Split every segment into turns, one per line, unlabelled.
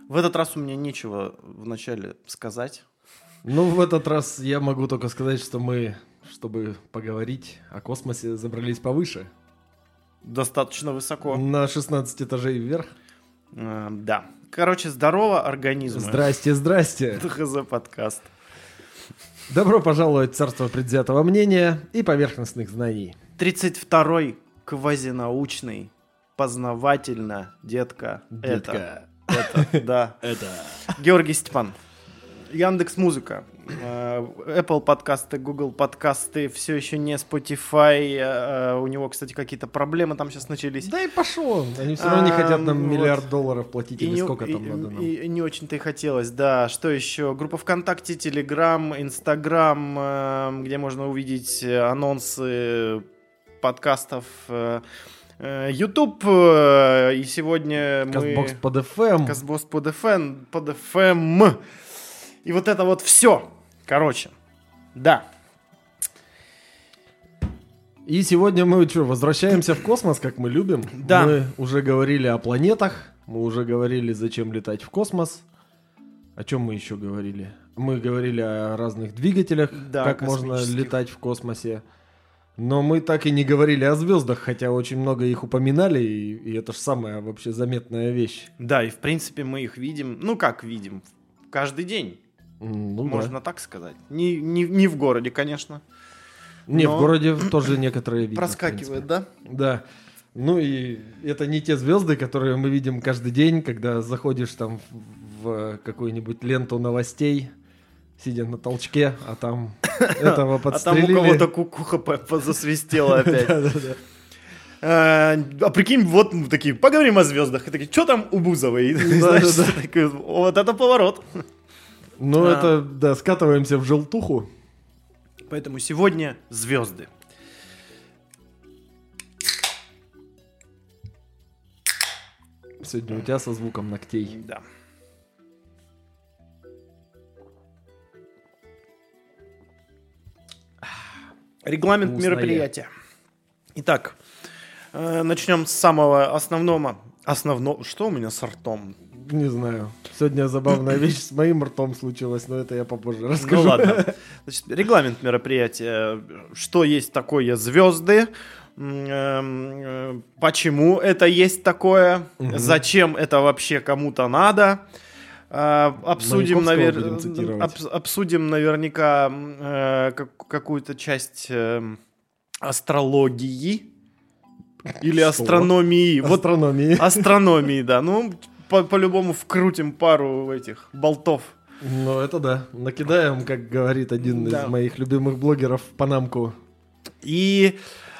В этот раз у меня нечего вначале сказать.
Ну, в этот раз я могу только сказать, что мы, чтобы поговорить о космосе, забрались повыше.
Достаточно высоко.
На 16 этажей вверх.
Да. Короче, здорово, организмы.
Здрасте, здрасте.
ХЗ подкаст.
Добро пожаловать в царство предвзятого мнения и поверхностных знаний.
32-й квазинаучный, познавательно, детка.
Детка.
Это, да.
Это.
Георгий Степан. Яндекс.Музыка, Apple подкасты, Google подкасты, все еще не Spotify. У него, кстати, какие-то проблемы там сейчас начались.
Да и пошел. Они все равно не хотят нам
Вот.
миллиард долларов платить, или
не,
сколько там надо нам.
и не очень-то и хотелось, да. Что еще? Группа ВКонтакте, Телеграм, Инстаграм, где можно увидеть анонсы подкастов. YouTube, и сегодня мы...
Кастбокс под FM.
Кастбокс под FM. И вот это вот все. Короче, да.
И сегодня мы что, возвращаемся в космос, как мы любим.
Да.
Мы уже говорили о планетах, мы уже говорили, зачем летать в космос. О чем мы еще говорили? Мы говорили о разных двигателях,
Да,
как можно
космических.
летать в космосе. Но мы так и не говорили о звездах, хотя очень много их упоминали, и это же самая вообще заметная вещь.
Да, и в принципе мы их видим, ну как видим, каждый день,
Ну,
можно так сказать. Не в городе, конечно.
да. Не,
но
в городе тоже некоторые видно. в
Проскакивает, да?
принципе. Да. Ну и это не те звезды, которые мы видим каждый день, когда заходишь там в какую-нибудь ленту новостей, сидя на толчке, а там этого
А там
подстрелили.
у кого-то кукуха засвистела опять.
Да-да-да.
А прикинь, вот мы такие, поговорим о звездах. И такие, что там у Бузовой? И, знаешь,
Да-да-да.
такой, вот это поворот.
Ну это, да, скатываемся в желтуху.
Поэтому сегодня звезды.
Сегодня у тебя со звуком ногтей.
Да. Регламент
Вкусное.
мероприятия. Итак, начнем с самого основного. Что у меня с ртом?
Не знаю. Сегодня забавная вещь с моим ртом случилась, но это я попозже
Ну
расскажу.
ладно. Значит, регламент мероприятия. Что есть такое звезды? Почему это есть такое? Зачем это вообще кому-то надо? Обсудим,
Маяковского будем цитировать.
обсудим наверняка какую-то часть астрологии или
Что?
астрономии. Вот
Астрономии.
астрономии, да. Ну, по-любому вкрутим пару этих болтов.
Ну это да. Накидаем, как говорит один
Да.
из моих любимых блогеров, панамку.
И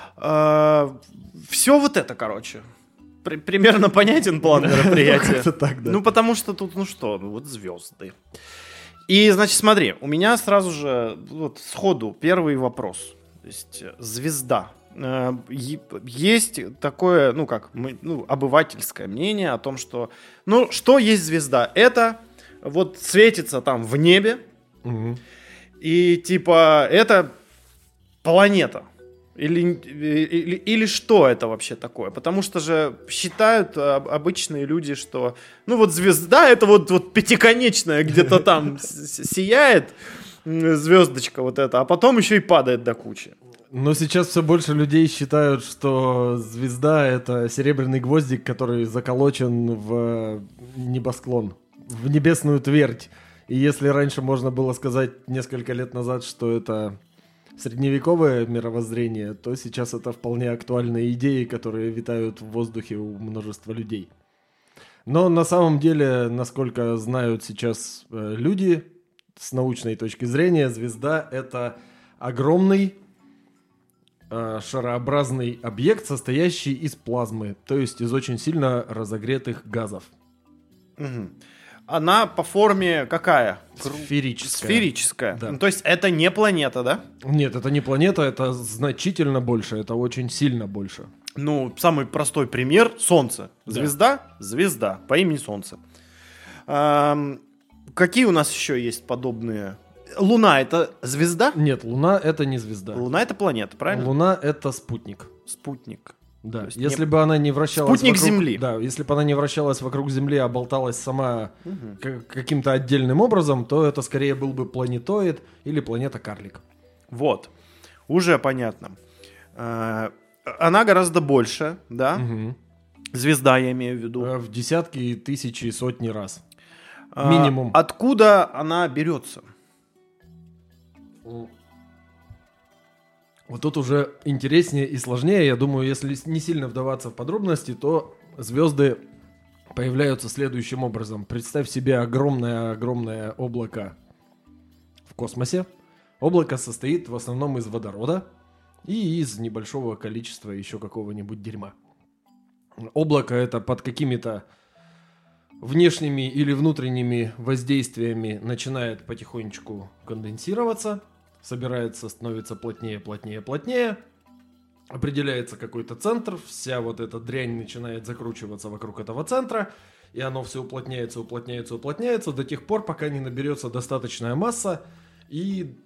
все вот это, короче. Примерно понятен план мероприятия.
Как-то так, да.
Ну, потому что тут, вот звезды. И, значит, смотри, у меня сразу же, вот сходу, первый вопрос. То есть, звезда. Есть такое, обывательское мнение о том, что, что есть звезда? Это вот светится там в небе,
Мгм.
и типа это планета. Или что это вообще такое? Потому что же считают обычные люди, что вот звезда это вот пятиконечная где-то там сияет звездочка вот эта, а потом еще и падает до кучи.
Но сейчас все больше людей считают, что звезда — это серебряный гвоздик, который заколочен в небосклон, в небесную твердь. И если раньше можно было сказать несколько лет назад, что это средневековое мировоззрение, то сейчас это вполне актуальные идеи, которые витают в воздухе у множества людей. Но на самом деле, насколько знают сейчас люди, с научной точки зрения, звезда — это огромный шарообразный объект, состоящий из плазмы, то есть из очень сильно разогретых газов.
Мгм. Она по форме какая?
Сферическая.
Сферическая.
Да.
Ну, то есть это не планета, да?
Нет, это не планета, это значительно больше, это очень сильно больше.
Ну, самый простой пример — Солнце.
Да.
Звезда — звезда по имени Солнце. Какие у нас еще есть подобные? Луна — это звезда?
Нет, Луна — это не звезда.
Луна — это планета, правильно?
Луна — это спутник.
Спутник.
Да, если бы она не вращалась
спутник Земли.
Да, если бы она не вращалась вокруг Земли, а болталась сама каким-то отдельным образом, то это скорее был бы планетоид или планета-карлик.
Вот, уже понятно. Она гораздо больше, да? Звезда, я имею в виду.
В десятки, тысячи, сотни раз. Минимум.
Откуда она берется?
Вот тут уже интереснее и сложнее. Я думаю, если не сильно вдаваться в подробности, то звезды появляются следующим образом. Представь себе огромное облако в космосе. Облако состоит в основном из водорода и из небольшого количества еще какого-нибудь дерьма. Облако это под какими-то внешними или внутренними воздействиями начинает потихонечку конденсироваться, собирается, становится плотнее, определяется какой-то центр, вся вот эта дрянь начинает закручиваться вокруг этого центра, и оно все уплотняется до тех пор, пока не наберется достаточная масса и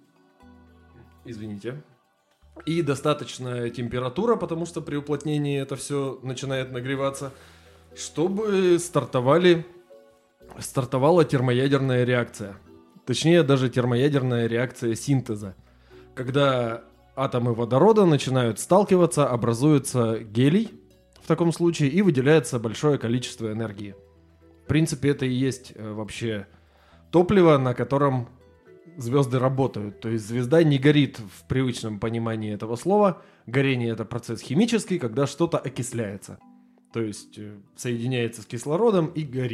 достаточная температура, потому что при уплотнении это все начинает нагреваться, чтобы стартовала термоядерная реакция. Точнее, даже термоядерная реакция синтеза. Когда атомы водорода начинают сталкиваться, образуется гелий в таком случае и выделяется большое количество энергии. В принципе, это и есть вообще топливо, на котором звезды работают. То есть звезда не горит в привычном понимании этого слова. Горение – это процесс химический, когда что-то окисляется. То есть соединяется с кислородом и горит.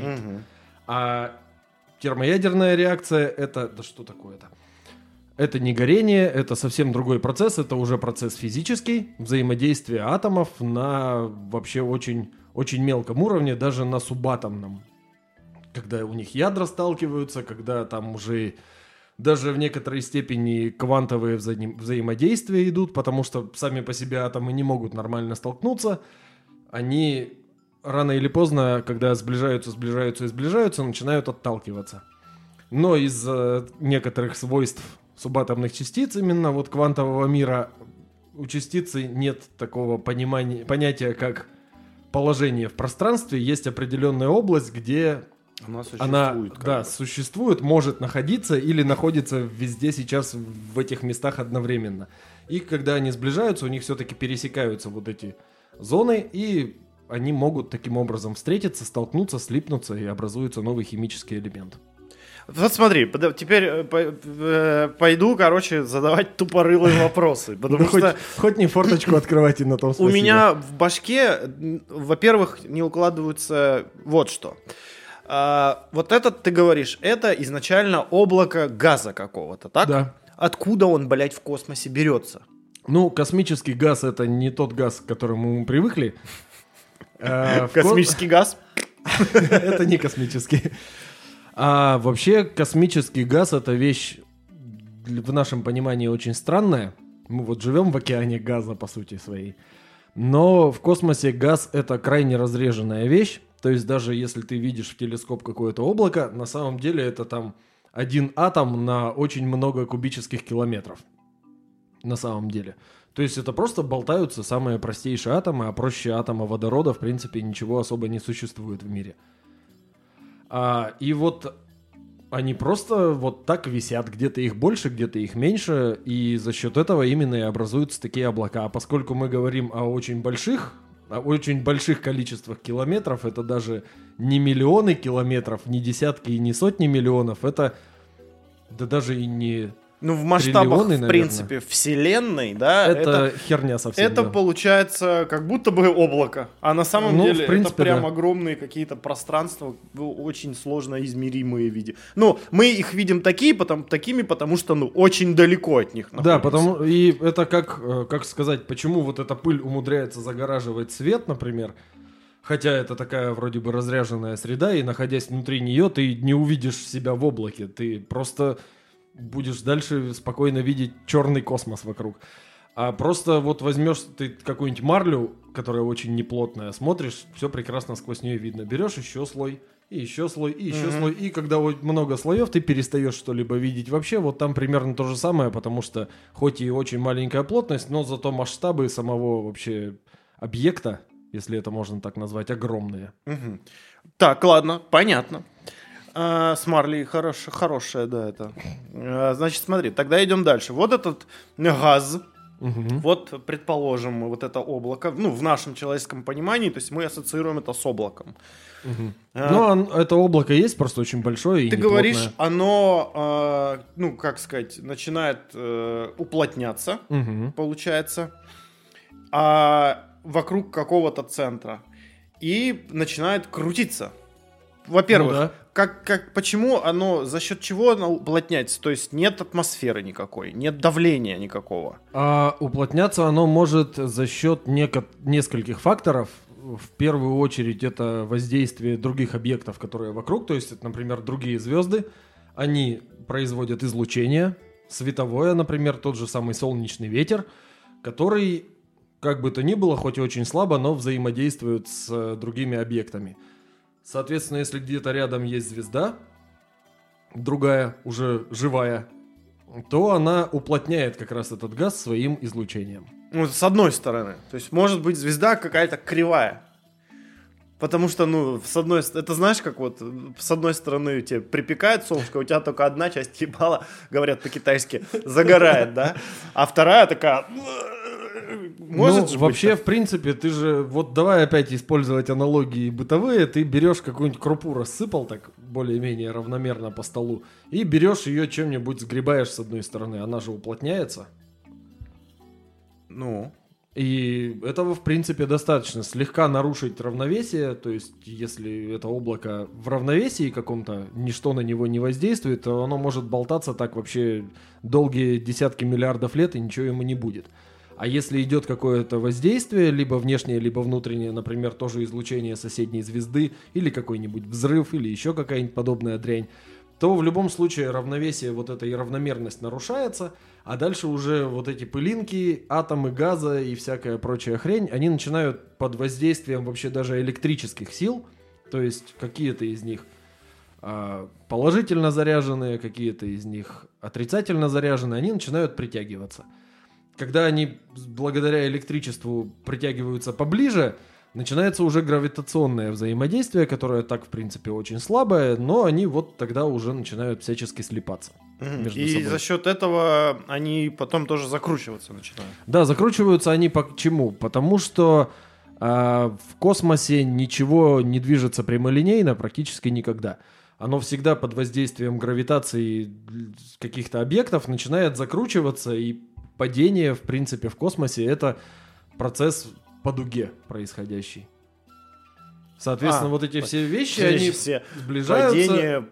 А термоядерная реакция – это… Да что такое-то? Это не горение, это совсем другой процесс. Это уже процесс физический, взаимодействие атомов на вообще очень, очень мелком уровне, даже на субатомном. Когда у них ядра сталкиваются, когда там уже даже в некоторой степени квантовые взаимодействия идут, потому что сами по себе атомы не могут нормально столкнуться. Они рано или поздно, когда сближаются, начинают отталкиваться. Но из-за некоторых свойств субатомных частиц, именно вот квантового мира, у частицы нет такого понятия, как положение в пространстве. Есть определенная область, где она существует, может находиться или находится везде сейчас в этих местах одновременно. И когда они сближаются, у них все-таки пересекаются вот эти зоны, и они могут таким образом встретиться, столкнуться, слипнуться, и образуется новый химический элемент.
Вот смотри, теперь пойду, задавать тупорылые вопросы. Потому что
хоть не форточку открывать, и на том спасибо.
У меня в башке, во-первых, не укладывается вот что. Вот этот, ты говоришь, это изначально облако газа какого-то, так?
Да.
Откуда он, блядь, в космосе берется?
Ну, космический газ — это не тот газ, к которому мы привыкли.
Космический газ?
Это не космический. А вообще космический газ — это вещь в нашем понимании очень странная. Мы вот живем в океане газа, по сути своей. Но в космосе газ — это крайне разреженная вещь. То есть даже если ты видишь в телескоп какое-то облако, на самом деле это там один атом на очень много кубических километров. На самом деле. То есть это просто болтаются самые простейшие атомы, а проще атома водорода в принципе ничего особо не существует в мире. И вот они просто вот так висят, где-то их больше, где-то их меньше, и за счет этого именно и образуются такие облака. А поскольку мы говорим о очень больших количествах километров, это даже не миллионы километров, не десятки и не сотни миллионов, это да даже и не
в масштабах,
триллионы,
в принципе, Вселенной, да,
это херня совсем.
Это
да.
Получается как будто бы облако, а на самом деле
в принципе,
это прям
да.
огромные какие-то пространства, очень сложно измеримые в виде. Мы их видим такими, потому что очень далеко от них находятся.
Да, и это как сказать, почему вот эта пыль умудряется загораживать свет, например, хотя это такая вроде бы разряженная среда, и находясь внутри нее, ты не увидишь себя в облаке, ты просто будешь дальше спокойно видеть черный космос вокруг. А просто вот возьмешь ты какую-нибудь марлю, которая очень неплотная, смотришь, все прекрасно сквозь нее видно. Берешь еще слой, и еще слой, и еще слой. И когда много слоев, ты перестаешь что-либо видеть вообще. Вот там примерно то же самое, потому что хоть и очень маленькая плотность, но зато масштабы самого вообще объекта, если это можно так назвать, огромные.
Мгм. Так, ладно, понятно. С Марли хорошая, да, это. Значит, смотри, тогда идем дальше. Вот этот газ,
Мгм.
вот, предположим, вот это облако, ну, в нашем человеческом понимании, то есть мы ассоциируем это с облаком.
Мгм.
А,
Но это облако есть, просто очень большое и
Ты
неплотное.
говоришь, оно, ну, как сказать, начинает уплотняться,
Мгм.
получается, вокруг какого-то центра и начинает крутиться. Во-первых,
Ну да.
почему оно, за счет чего оно уплотняется? То есть нет атмосферы никакой, нет давления никакого.
А уплотняться оно может за счет нескольких факторов. В первую очередь это воздействие других объектов, которые вокруг. То есть, это, например, другие звезды. Они производят излучение световое, например, тот же самый солнечный ветер, который, как бы то ни было, хоть и очень слабо, но взаимодействует с другими объектами. Соответственно, если где-то рядом есть звезда, другая, уже живая, то она уплотняет как раз этот газ своим излучением.
Ну, с одной стороны. То есть может быть звезда какая-то кривая. Потому что, ну, с одной стороны, это знаешь, как вот с одной стороны тебе припекает солнышко, у тебя только одна часть ебала, говорят по-китайски, загорает, да? А вторая такая... Может
Ну,
же быть
вообще,
так?
в принципе, ты же... Вот давай опять использовать аналогии бытовые. Ты берешь какую-нибудь крупу, рассыпал так более-менее равномерно по столу, и берешь ее чем-нибудь, сгребаешь с одной стороны. Она же уплотняется.
Ну...
И этого, в принципе, достаточно. Слегка нарушить равновесие, то есть, если это облако в равновесии каком-то, ничто на него не воздействует, то оно может болтаться так вообще долгие десятки миллиардов лет, и ничего ему не будет. А если идет какое-то воздействие, либо внешнее, либо внутреннее, например, тоже излучение соседней звезды, или какой-нибудь взрыв, или еще какая-нибудь подобная дрянь, то в любом случае равновесие, вот эта и равномерность нарушается, а дальше уже вот эти пылинки, атомы газа и всякая прочая хрень, они начинают под воздействием вообще даже электрических сил, то есть какие-то из них положительно заряженные, какие-то из них отрицательно заряженные, они начинают притягиваться. Когда они благодаря электричеству притягиваются поближе, начинается уже гравитационное взаимодействие, которое так, в принципе, очень слабое, но они вот тогда уже начинают всячески слипаться между
И
собой.
за счет этого они потом тоже закручиваться начинают.
Да, закручиваются они по чему? Потому что в космосе ничего не движется прямолинейно практически никогда. Оно всегда под воздействием гравитации каких-то объектов начинает закручиваться, и падение, в принципе, в космосе — это процесс по дуге происходящий. Соответственно, вот эти все вещи, они
все
сближаются.
падение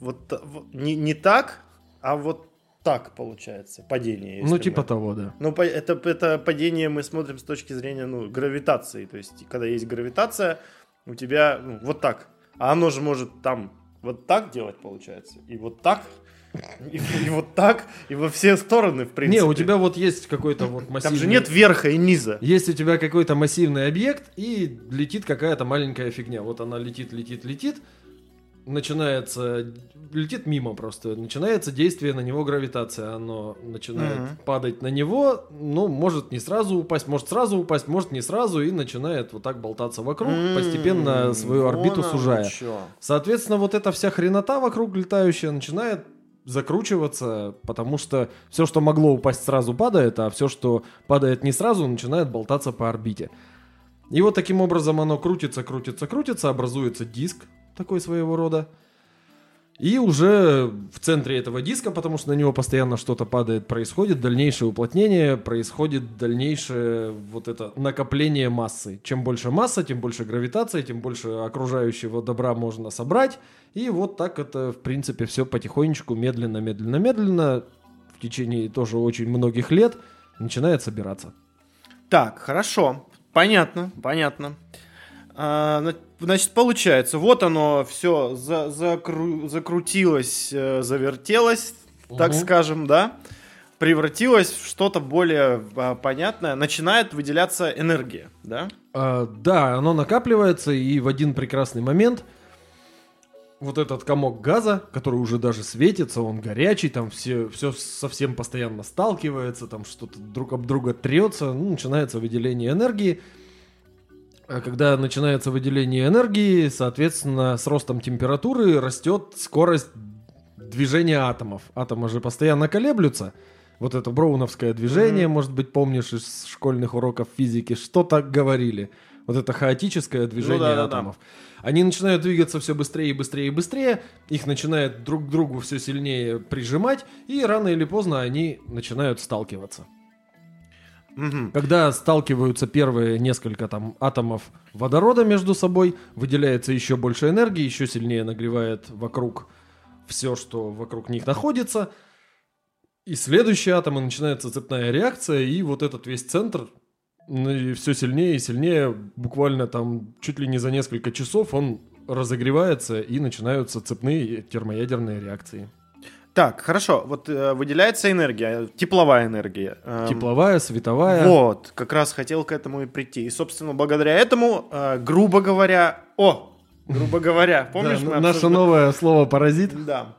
не так, а вот так получается. Падение.
Ну,
если
типа
мы-
того, да.
Ну, это падение мы смотрим с точки зрения, ну, гравитации. То есть, когда есть гравитация, у тебя, ну, вот так. А оно же может там вот так делать, получается. И вот так, и вот так, и во все стороны, в принципе.
Не, у тебя вот есть какой-то вот массивный...
Там же нет верха и низа.
Есть у тебя какой-то массивный объект, и летит какая-то маленькая фигня. Вот она летит, начинается... Летит мимо просто. Начинается действие на него гравитация. Оно начинает падать на него. Ну, может не сразу упасть, может сразу упасть, может не сразу. И начинает вот так болтаться вокруг, постепенно свою орбиту сужая. Соответственно, вот эта вся хренота вокруг летающая начинает закручиваться, потому что все, что могло упасть сразу, падает, а все, что падает не сразу, начинает болтаться по орбите. И вот таким образом оно крутится, образуется диск такой своего рода. И уже в центре этого диска, потому что на него постоянно что-то падает, происходит дальнейшее уплотнение, происходит дальнейшее вот это накопление массы. Чем больше масса, тем больше гравитация, тем больше окружающего добра можно собрать. И вот так это, в принципе, все потихонечку, медленно, в течение тоже очень многих лет начинает собираться.
Так, хорошо. Понятно. Значит, получается, вот оно все закрутилось, завертелось, так скажем, да, превратилось в что-то более понятное, начинает выделяться энергия, да?
Да, оно накапливается, и в один прекрасный момент вот этот комок газа, который уже даже светится, он горячий, там все совсем постоянно сталкивается, там что-то друг об друга трется, ну, начинается выделение энергии. когда начинается выделение энергии, соответственно, с ростом температуры растет скорость движения атомов. Атомы же постоянно колеблются. Вот это броуновское движение, может быть, помнишь из школьных уроков физики, что так говорили. Вот это хаотическое движение атомов. Они начинают двигаться все быстрее и быстрее и быстрее, их начинает друг к другу все сильнее прижимать, и рано или поздно они начинают сталкиваться. Когда сталкиваются первые несколько там атомов водорода между собой, выделяется еще больше энергии, еще сильнее нагревает вокруг все, что вокруг них находится. И следующие атомы, начинается цепная реакция, и вот этот весь центр все сильнее и сильнее, буквально там чуть ли не за несколько часов он разогревается, и начинаются цепные термоядерные реакции.
Так, хорошо, вот выделяется энергия, тепловая энергия.
Тепловая, световая.
Вот, как раз хотел к этому и прийти. И, собственно, благодаря этому, грубо говоря, помнишь?
Да, наше новое слово «паразит».
Да.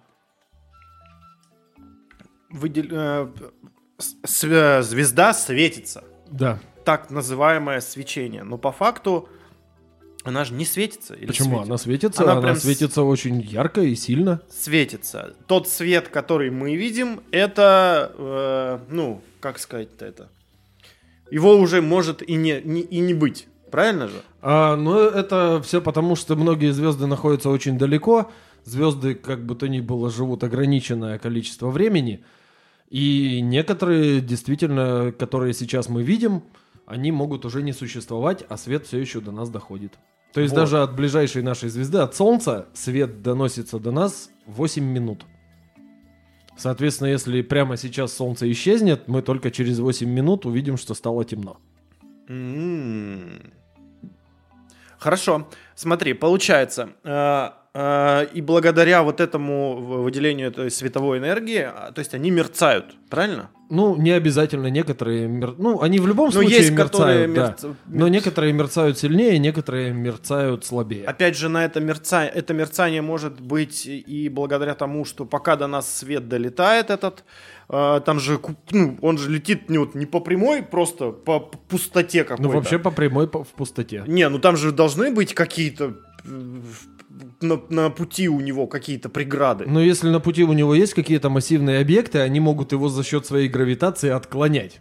Звезда светится.
Да.
Так называемое свечение. Но по факту она же не светится. Или
почему?
светит?
Она светится. Она светится очень ярко и сильно.
Светится. Тот свет, который мы видим, это, как сказать-то это? Его уже может и не быть. Правильно же?
Но это все потому, что многие звезды находятся очень далеко. Звезды, как бы то ни было, живут ограниченное количество времени. И некоторые, действительно, которые сейчас мы видим, они могут уже не существовать, а свет все еще до нас доходит. То есть даже от ближайшей нашей звезды, от Солнца, свет доносится до нас 8 минут. Соответственно, если прямо сейчас Солнце исчезнет, мы только через 8 минут увидим, что стало темно.
Хорошо. Смотри, получается, и благодаря вот этому выделению этой световой энергии, то есть они мерцают, правильно?
Не обязательно. Некоторые они в любом случае
есть,
мерцают, да. Но некоторые мерцают сильнее, некоторые мерцают слабее.
Опять же, на это мерцание может быть и благодаря тому, что пока до нас свет долетает этот, там же, он же летит не по прямой, просто по пустоте какой-то.
Вообще по прямой в пустоте.
Там же должны быть какие-то на пути у него какие-то преграды.
Но если на пути у него есть какие-то массивные объекты, они могут его за счет своей гравитации отклонять.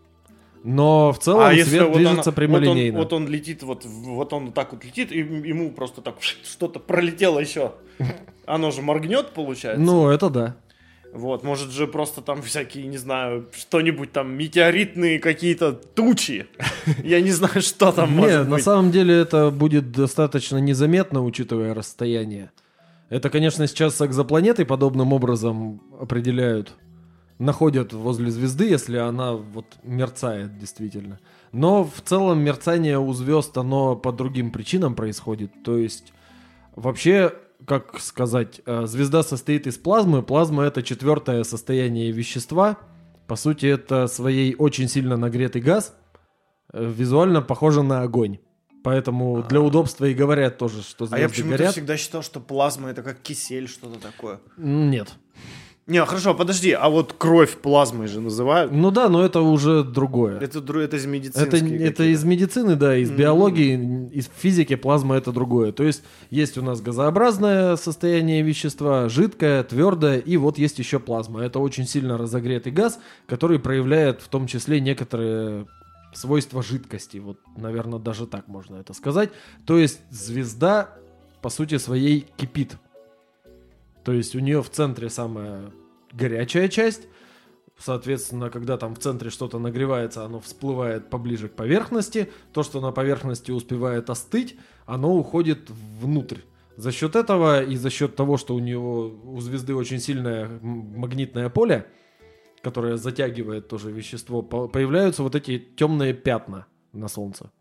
Но в целом свет движется прямолинейно.
Вот он летит, вот он так вот летит, и ему просто так что-то пролетело еще. Оно же моргнет, получается.
Это да.
Вот, может же просто там всякие, не знаю, что-нибудь там, метеоритные какие-то тучи. Я не знаю, что там может быть.
Нет, на самом деле это будет достаточно незаметно, учитывая расстояние. Это, конечно, сейчас экзопланеты подобным образом определяют. Находят возле звезды, если она вот мерцает действительно. Но в целом мерцание у звезд, оно по другим причинам происходит. То есть вообще... Как сказать, звезда состоит из плазмы. Плазма — это четвертое состояние вещества. По сути, это своей очень сильно нагретый газ. Визуально похоже на огонь. Поэтому для удобства и говорят тоже, что звезды горят.
А я почему-то всегда считал, что плазма — это как кисель, что-то такое.
Нет.
Не, хорошо, подожди, а вот кровь плазмой же называют?
Да, но это уже другое.
Это из медицины.
Это из медицины, да, из биологии, из физики плазма — это другое. То есть у нас газообразное состояние вещества, жидкое, твердое, и вот есть еще плазма. Это очень сильно разогретый газ, который проявляет в том числе некоторые свойства жидкости. Вот, наверное, даже так можно это сказать. То есть звезда, по сути своей, кипит. То есть у нее в центре самая горячая часть. Соответственно, когда там в центре что-то нагревается, оно всплывает поближе к поверхности. То, что на поверхности успевает остыть, оно уходит внутрь. За счет этого и за счет того, что у звезды очень сильное магнитное поле, которое затягивает тоже вещество, появляются вот эти темные пятна на Солнце.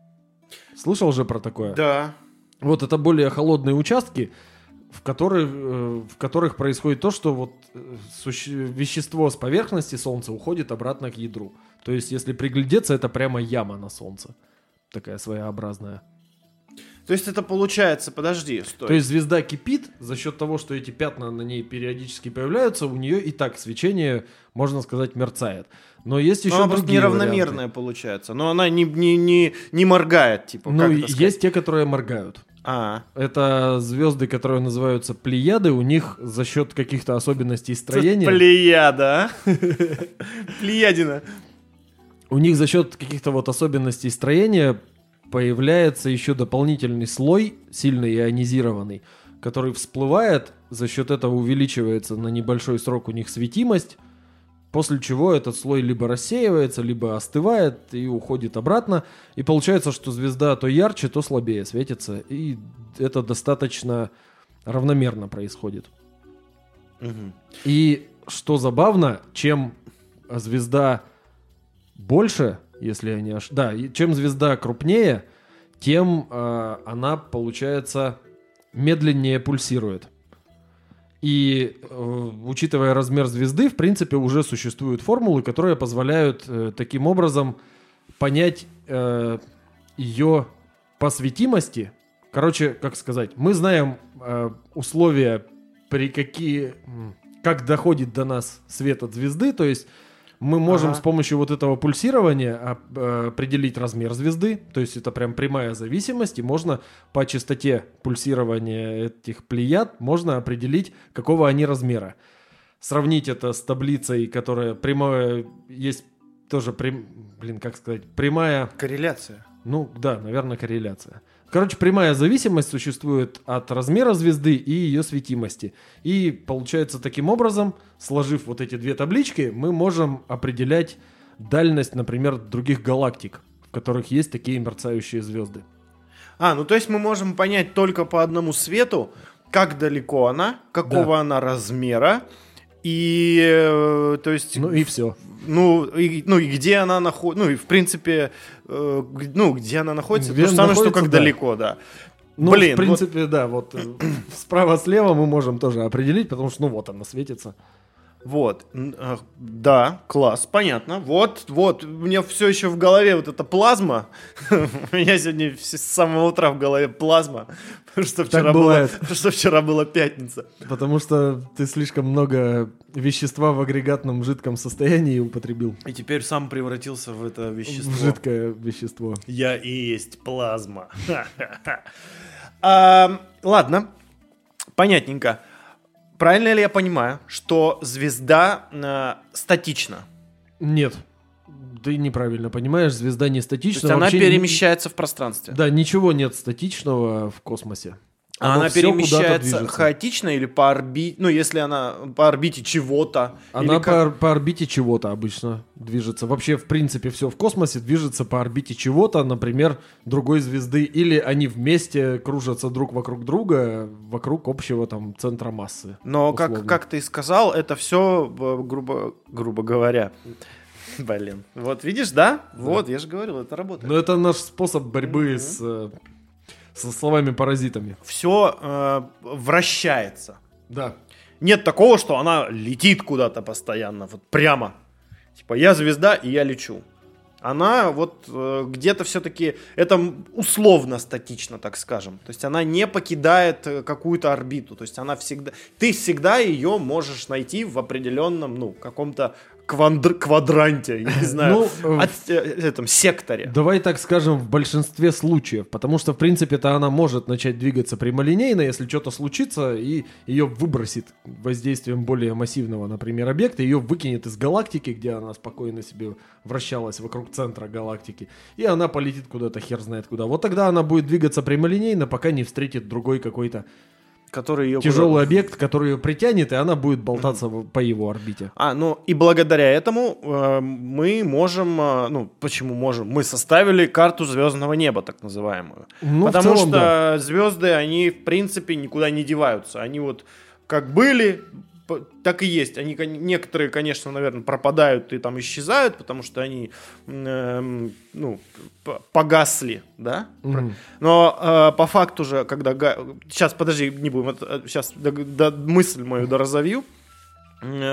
Слышал же про такое?
Да.
Вот это более холодные участки, в которых происходит то, что вот вещество с поверхности Солнца уходит обратно к ядру. То есть, если приглядеться, это прямо яма на Солнце. Такая своеобразная.
То есть это получается, подожди, стой.
То есть звезда кипит за счет того, что эти пятна на ней периодически появляются, у нее и так свечение, можно сказать, мерцает. Но есть еще
она просто
другие
неравномерная
варианты.
получается, но она не моргает, типа.
Ну,
как это сказать?
есть те, которые моргают. Это звезды, которые называются Плеяды, у них за счет каких-то особенностей строения...
Плеяда, а? Плеядина.
У них за счет каких-то вот особенностей строения появляется еще дополнительный слой, сильно ионизированный, который всплывает, за счет этого увеличивается на небольшой срок у них светимость, после чего этот слой либо рассеивается, либо остывает и уходит обратно. И получается, что звезда то ярче, то слабее светится. И это достаточно равномерно происходит.
Угу.
И что забавно, чем звезда больше, если я не ошибаюсь, да, и чем звезда крупнее, тем она, получается, медленнее пульсирует. И учитывая размер звезды, в принципе, уже существуют формулы, которые позволяют таким образом понять ее по светимости. Короче, как сказать, мы знаем условия, как доходит до нас свет от звезды, то есть мы можем с помощью вот этого пульсирования определить размер звезды, то есть это прям прямая зависимость, и можно по частоте пульсирования этих плеяд можно определить, какого они размера. Сравнить это с таблицей, которая прямая, есть тоже, как сказать, прямая...
Корреляция.
Ну да, наверное, корреляция. Короче, прямая зависимость существует от размера звезды и ее светимости. И получается таким образом, сложив вот эти две таблички, мы можем определять дальность, например, других галактик, в которых есть такие мерцающие звезды.
Ну то есть мы можем понять только по одному свету, как далеко она, какого она размера, и то есть...
Ну и все.
И где она находится, и в принципе, где она находится,
Где
то же самое, что
находится,
как
да.
далеко, да.
Ну, в принципе, да, вот справа-слева мы можем тоже определить, потому что, она светится.
Вот, да, класс, понятно. Вот, у меня все еще в голове вот эта плазма. У меня сегодня с самого утра в голове плазма, потому что вчера была пятница.
Потому что ты слишком много вещества в агрегатном жидком состоянии употребил.
И теперь сам превратился в это вещество.
В жидкое вещество.
Я и есть плазма. Ладно, понятненько. Правильно ли я понимаю, что звезда статична?
Нет. Ты неправильно понимаешь, звезда не статична.
То есть она перемещается в пространстве?
Да, ничего нет статичного в космосе.
Она перемещается хаотично или по орбите? Ну, если она по орбите чего-то.
Она по орбите чего-то обычно движется. Вообще, в принципе, все в космосе движется по орбите чего-то, например, другой звезды. Или они вместе кружатся друг вокруг друга, вокруг общего там центра массы.
Но, как ты сказал, это все, грубо говоря... Блин. Вот видишь, да? Вот, я же говорил, это работает.
Но это наш способ борьбы со словами-паразитами.
Все вращается.
Да.
Нет такого, что она летит куда-то постоянно, вот прямо. Типа, я звезда, и я лечу. Она вот где-то все-таки, это условно статично, так скажем. То есть она не покидает какую-то орбиту. То есть она всегда, ты всегда ее можешь найти в определенном, каком-то квадранте, я не знаю, этом секторе.
Давай так скажем, в большинстве случаев, потому что, в принципе-то, она может начать двигаться прямолинейно, если что-то случится, и ее выбросит воздействием более массивного, например, объекта, ее выкинет из галактики, где она спокойно себе вращалась вокруг центра галактики, и она полетит куда-то, хер знает куда. Вот тогда она будет двигаться прямолинейно, пока не встретит другой какой-то тяжелый объект, который ее притянет, и она будет болтаться по его орбите.
И благодаря этому мы можем, почему можем? Мы составили карту звездного неба, так называемую. Потому что звезды, они, в принципе, никуда не деваются. Они вот как были, так и есть. Они, некоторые, конечно, наверное, пропадают и там исчезают, потому что они, погасли, да? Mm-hmm. Но по факту же, когда... Сейчас, подожди, не будем. Сейчас мысль мою доразовью.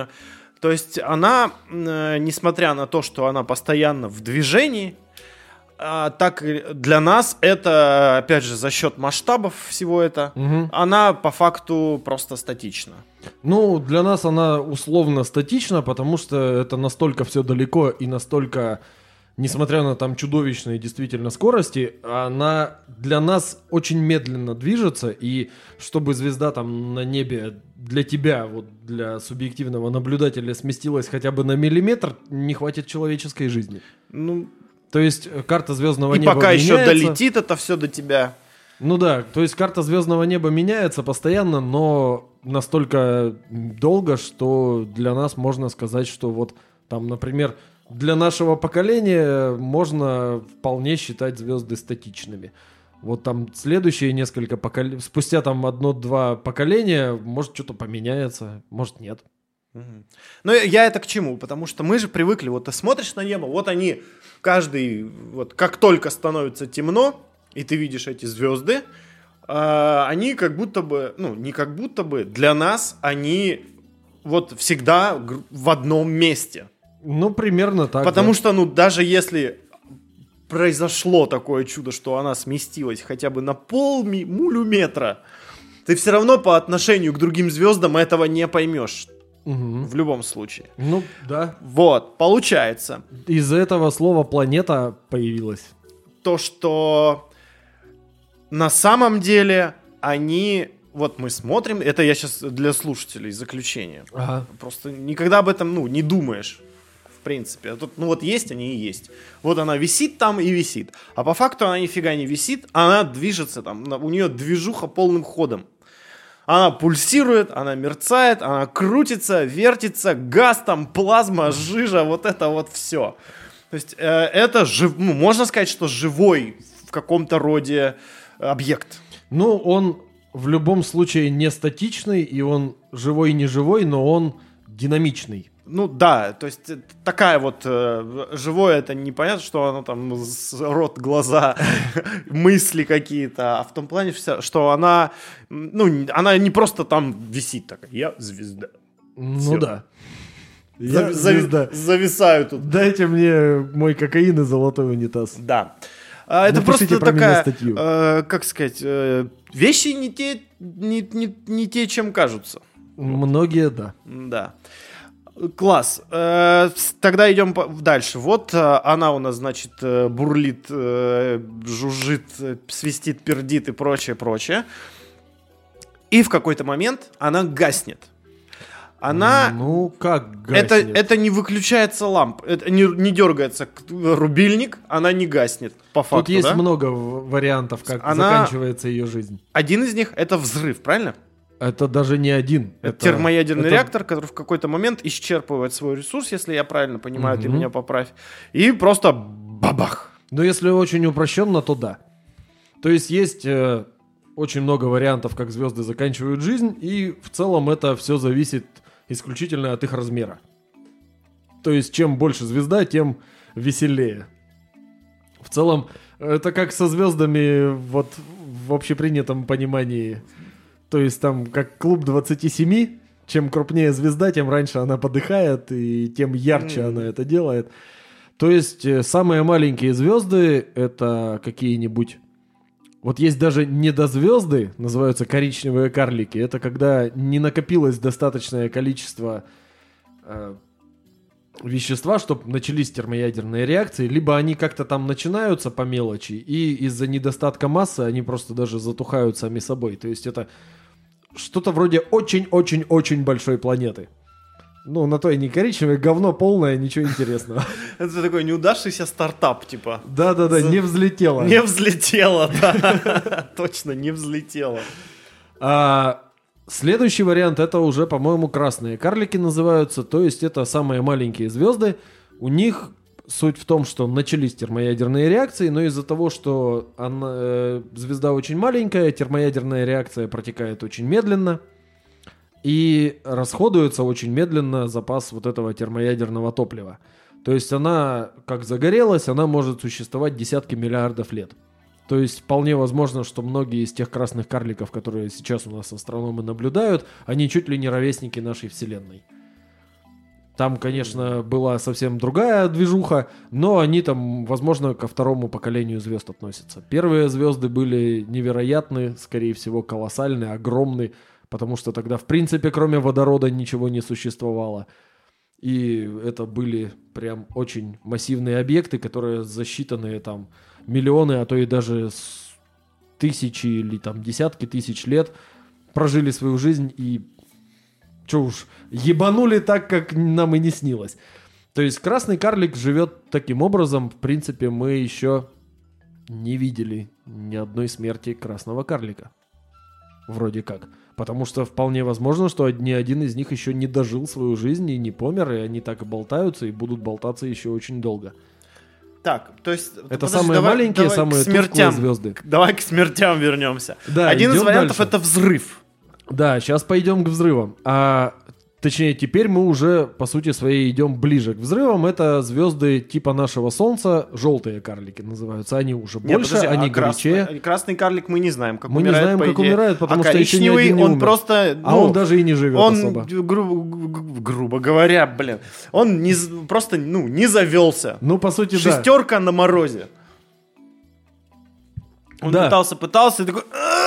То есть она, несмотря на то, что она постоянно в движении, так и для нас это, опять же, за счет масштабов всего это, она по факту просто статична.
Ну, для нас она условно статична, потому что это настолько все далеко и настолько, несмотря на там чудовищные действительно скорости, она для нас очень медленно движется, и чтобы звезда там на небе для тебя, вот для субъективного наблюдателя сместилась хотя бы на миллиметр, не хватит человеческой жизни.
Ну,
то есть карта звездного
и
неба
пока
меняется.
еще долетит это все до тебя.
Ну да, то есть карта звездного неба меняется постоянно, но настолько долго, что для нас можно сказать, что вот там, например, для нашего поколения можно вполне считать звезды статичными. Вот там следующие несколько поколений, спустя там 1-2 поколения, может что-то поменяется, может нет.
Ну, я это к чему? Потому что мы же привыкли, вот ты смотришь на небо, вот они, каждый, вот как только становится темно, и ты видишь эти звезды, они как будто бы, ну, не как будто бы, для нас они вот всегда в одном месте.
Ну, примерно так.
Потому
да.
что, ну, даже если произошло такое чудо, что она сместилась хотя бы на полмиллиметра, ты все равно по отношению к другим звездам этого не поймешь. В любом случае.
Ну, да.
Вот, получается.
Из-за этого слова «планета» появилось.
То, что на самом деле они... Вот мы смотрим, это я сейчас для слушателей заключение.
Ага.
Просто никогда об этом, ну, не думаешь. В принципе. Тут, ну вот есть они и есть. Вот она висит там и висит. А по факту она нифига не висит, она движется там. У нее движуха полным ходом. Она пульсирует, она мерцает, она крутится, вертится, газ там, плазма, жижа, вот это вот все. То есть это, ну, можно сказать, что живой в каком-то роде объект.
Ну, он в любом случае не статичный, и он живой и не живой, но он динамичный.
Ну да, то есть такая вот живое, это непонятно, что оно там рот, глаза, мысли какие-то, а в том плане, что она, ну, она не просто там висит такая, я звезда.
Ну
Всё.
да. Я звезда.
Зависаю тут.
Дайте мне мой кокаин и золотой унитаз.
Да. Это
Напишите
просто
про меня
такая,
статью.
как сказать, вещи не те, чем кажутся.
Многие, да.
Да. Класс. Тогда идем дальше. Вот она у нас, значит, бурлит, жужжит, свистит, пердит и прочее. И в какой-то момент она гаснет. Она...
Ну, как гаснет?
Это не выключается лампа, это не дергается рубильник, она не гаснет, по факту,
Тут есть
да?
много вариантов, как заканчивается ее жизнь.
Один из них — это взрыв, правильно?
Это даже не один.
Это термоядерный реактор, который в какой-то момент исчерпывает свой ресурс, если я правильно понимаю, ты меня поправь, и просто бабах.
Но если очень упрощенно, то да. То есть очень много вариантов, как звезды заканчивают жизнь, и в целом это все зависит исключительно от их размера. То есть чем больше звезда, тем веселее. В целом это как со звездами вот в общепринятом понимании. То есть там как клуб 27, чем крупнее звезда, тем раньше она подыхает, и тем ярче она это делает. То есть самые маленькие звезды — это какие-нибудь... Вот есть даже недозвезды, называются коричневые карлики. Это когда не накопилось достаточное количество вещества, чтобы начались термоядерные реакции. Либо они как-то там начинаются по мелочи, и из-за недостатка массы они просто даже затухают сами собой. То есть это что-то вроде очень-очень-очень большой планеты. Ну, на то и не коричневое, говно полное, ничего интересного.
Это такой неудавшийся стартап, типа.
Да-да-да, не взлетело.
Не взлетело, да. Точно, не взлетело.
Следующий вариант — это уже, по-моему, красные карлики называются. То есть это самые маленькие звезды. У них суть в том, что начались термоядерные реакции, но из-за того, что звезда очень маленькая, термоядерная реакция протекает очень медленно. И расходуется очень медленно запас вот этого термоядерного топлива. То есть она, как загорелась, она может существовать десятки миллиардов лет. То есть вполне возможно, что многие из тех красных карликов, которые сейчас у нас астрономы наблюдают, они чуть ли не ровесники нашей Вселенной. Там, конечно, была совсем другая движуха, но они там, возможно, ко второму поколению звезд относятся. Первые звезды были невероятны, скорее всего, колоссальны, огромны, потому что тогда, в принципе, кроме водорода ничего не существовало. И это были прям очень массивные объекты, которые за считанные там миллионы, а то и даже тысячи или там десятки тысяч лет прожили свою жизнь и... Че уж, ебанули так, как нам и не снилось. То есть красный карлик живет таким образом. В принципе, мы еще не видели ни одной смерти красного карлика. Вроде как. Потому что вполне возможно, что ни один из них еще не дожил свою жизнь и не помер, и они так и болтаются, и будут болтаться еще очень долго.
Так, то есть...
Это самые маленькие, самые тусклые звезды.
Давай к смертям вернемся.
Да,
один из вариантов
дальше.
Это взрыв.
Да, сейчас пойдем к взрывам. Точнее, теперь мы уже, по сути своей, идем ближе к взрывам. Это звезды типа нашего Солнца, желтые карлики называются. Они уже больше,
подожди,
они горячее.
Красный карлик мы не знаем, как
мы
умирает,
не знаем, как умирает, потому что еще ни
коричневый,
один не
он
умер.
просто...
он даже и не живет особо.
Грубо говоря, он просто не завелся.
Ну, по сути,
Шестерка на морозе. Он пытался, и такой...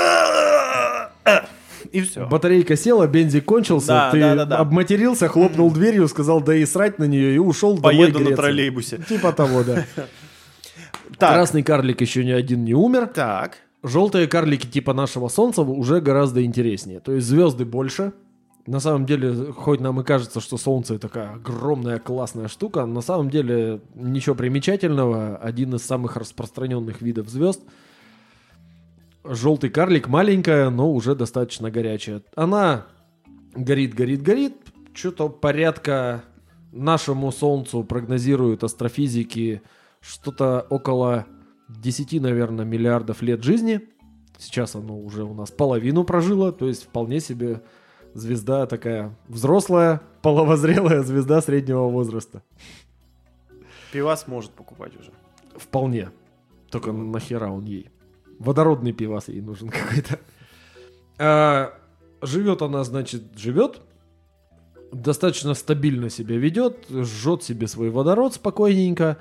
И все.
Батарейка села, бензин кончился, ты обматерился, хлопнул дверью, сказал, да и срать на нее, и ушел домой греться.
Поеду на троллейбусе.
Типа того, да. Красный карлик еще ни один не умер.
Так.
Желтые карлики типа нашего Солнца уже гораздо интереснее. То есть звезды больше. На самом деле, хоть нам и кажется, что Солнце такая огромная классная штука, на самом деле ничего примечательного. Один из самых распространенных видов звезд. Желтый карлик маленькая, но уже достаточно горячая. Она горит. Что-то порядка нашему Солнцу прогнозируют астрофизики что-то около 10, наверное, миллиардов лет жизни. Сейчас оно уже у нас половину прожило, то есть вполне себе звезда такая взрослая, половозрелая звезда среднего возраста.
Пивас может покупать уже.
Вполне. Только нахера он ей? Водородный пивас ей нужен какой-то. Живет она, значит, достаточно стабильно себя ведет, жжет себе свой водород спокойненько.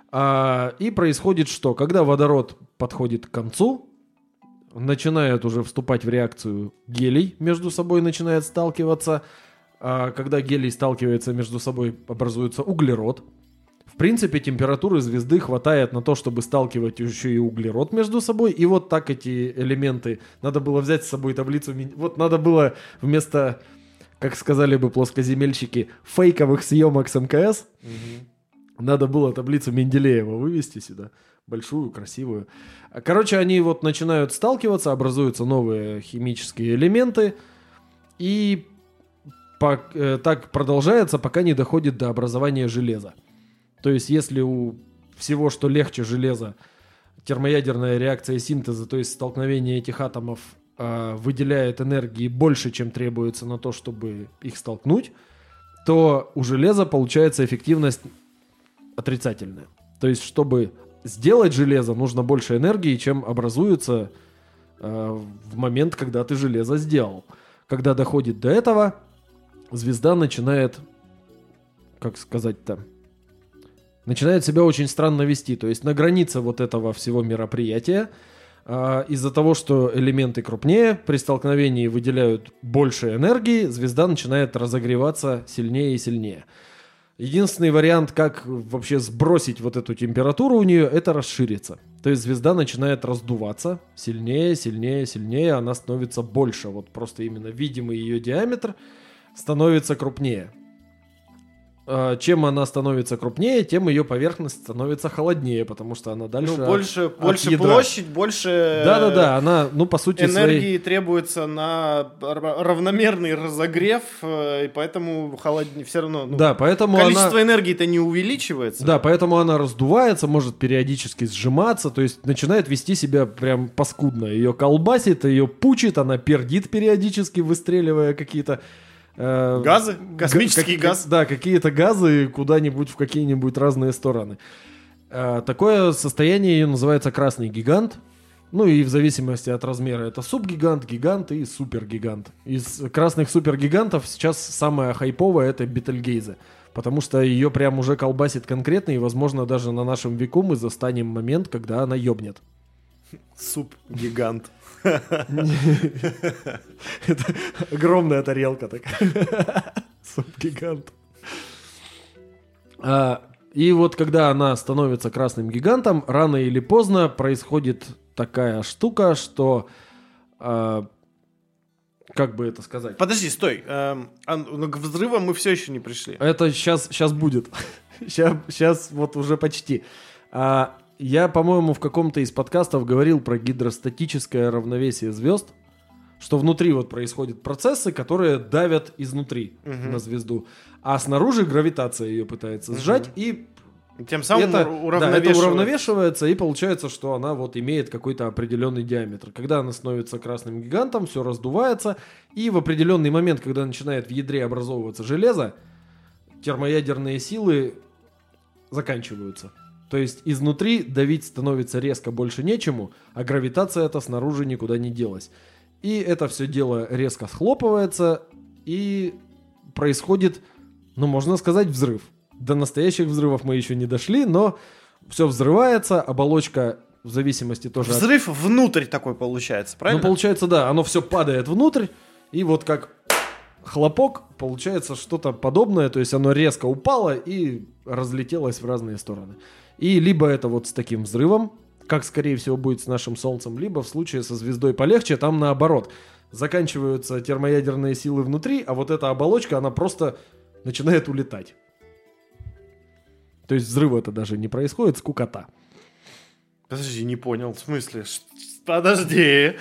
И происходит что? Когда водород подходит к концу, начинает уже вступать в реакцию гелий, между собой начинает сталкиваться. Когда гелий сталкивается между собой, образуется углерод. В принципе, температуры звезды хватает на то, чтобы сталкивать еще и углерод между собой. И вот так эти элементы... Надо было взять с собой таблицу... Вот надо было вместо, как сказали бы плоскоземельщики, фейковых съемок с МКС, надо было таблицу Менделеева вывести сюда. Большую, красивую. Короче, они вот начинают сталкиваться, образуются новые химические элементы. И так продолжается, пока не доходит до образования железа. То есть, если у всего, что легче железа, термоядерная реакция синтеза, то есть столкновение этих атомов, выделяет энергии больше, чем требуется на то, чтобы их столкнуть, то у железа получается эффективность отрицательная. То есть, чтобы сделать железо, нужно больше энергии, чем образуется в момент, когда ты железо сделал. Когда доходит до этого, звезда начинает, как сказать-то, начинает себя очень странно вести. То есть на границе вот этого всего мероприятия из-за того, что элементы крупнее, при столкновении выделяют больше энергии, звезда начинает разогреваться сильнее и сильнее. Единственный вариант, как вообще сбросить вот эту температуру у нее, это расшириться. То есть звезда начинает раздуваться сильнее, сильнее, сильнее, она становится больше. Вот просто именно видимый ее диаметр становится крупнее. Чем она становится крупнее, тем ее поверхность становится холоднее, потому что она дальше
больше площадь, больше
да, она, по сути
энергии требуется на равномерный разогрев, и поэтому холоднее все равно.
Да, поэтому
количество энергии-то не увеличивается.
Да, поэтому она раздувается, может периодически сжиматься, то есть начинает вести себя прям паскудно. Ее колбасит, ее пучит, она пердит периодически, выстреливая какие-то
газы? Космический газ?
Да, какие-то газы куда-нибудь в какие-нибудь разные стороны. Такое состояние ее называется красный гигант. Ну и в зависимости от размера это субгигант, гигант и супергигант. Из красных супергигантов сейчас самая хайповая это Бетельгейзе. Потому что ее прям уже колбасит конкретно, и, возможно, даже на нашем веку мы застанем момент, когда она ёбнет.
Суп-гигант.
Это огромная тарелка такая. Суп-гигант. И вот когда она становится красным гигантом, рано или поздно происходит такая штука, что... Как бы это сказать?
Подожди, стой. К взрывам мы все еще не пришли.
Это сейчас будет. Сейчас вот уже почти. Я, по-моему, в каком-то из подкастов говорил про гидростатическое равновесие звезд, что внутри вот происходят процессы, которые давят изнутри на звезду, а снаружи гравитация ее пытается сжать, и
тем самым
это уравновешивается, и получается, что она вот имеет какой-то определенный диаметр. Когда она становится красным гигантом, все раздувается, и в определенный момент, когда начинает в ядре образовываться железо, термоядерные силы заканчиваются. То есть изнутри давить становится резко больше нечему, а гравитация это снаружи никуда не делась. И это все дело резко схлопывается, и происходит, ну, можно сказать, взрыв. До настоящих взрывов мы еще не дошли, но все взрывается, оболочка в зависимости тоже
Взрыв внутрь такой получается, правильно?
Ну, получается, да, оно все падает внутрь, и вот как хлопок, получается что-то подобное, то есть оно резко упало и разлетелось в разные стороны. И либо это вот с таким взрывом, как, скорее всего, будет с нашим Солнцем, либо в случае со звездой полегче, там наоборот. Заканчиваются термоядерные силы внутри, а вот эта оболочка, она просто начинает улетать. То есть взрыва это даже не происходит, скукота.
Подожди, не понял, в смысле? Подожди.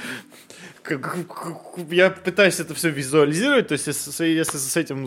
Я пытаюсь это все визуализировать, то есть если с этим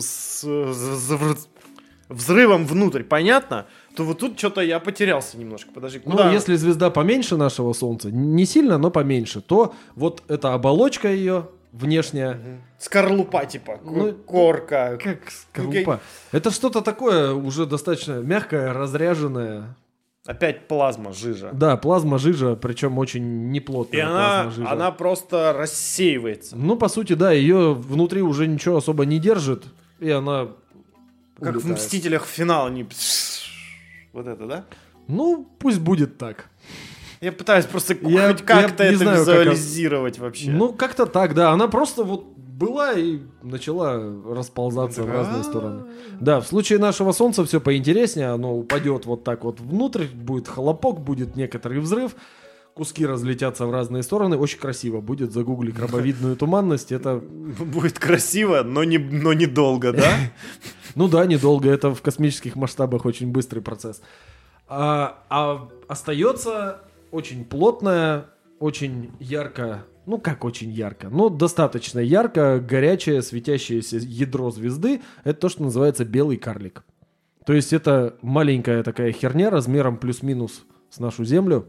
взрывом внутрь понятно, то вот тут что-то я потерялся немножко. Подожди, куда?
Ну, если звезда поменьше нашего Солнца, не сильно, но поменьше, то вот эта оболочка ее внешняя...
Скорлупа типа, корка.
Как скорлупа? Это что-то такое уже достаточно мягкое, разряженное.
Опять плазма, жижа.
Да, плазма, жижа, причем очень неплотная.
И
плазма, жижа.
она просто рассеивается.
Ну, по сути, да, ее внутри уже ничего особо не держит, и она
как
улетает.
в «Мстителях» финал, они... Вот это, да?
Ну, пусть будет так.
Я пытаюсь просто хоть как-то это знаю, визуализировать вообще.
Ну, как-то так, да. Она просто вот была и начала расползаться в разные стороны. Да, в случае нашего Солнца все поинтереснее. Оно упадет вот так вот внутрь, будет хлопок, будет некоторый взрыв, куски разлетятся в разные стороны. Очень красиво будет. Загугли крабовидную туманность. Это
будет красиво, но недолго, да?
Ну да, недолго. Это в космических масштабах очень быстрый процесс. А остается очень плотная, очень ярко, ну как очень ярко, но достаточно ярко, горячее, светящееся ядро звезды. Это то, что называется белый карлик. То есть это маленькая такая херня размером плюс-минус с нашу Землю,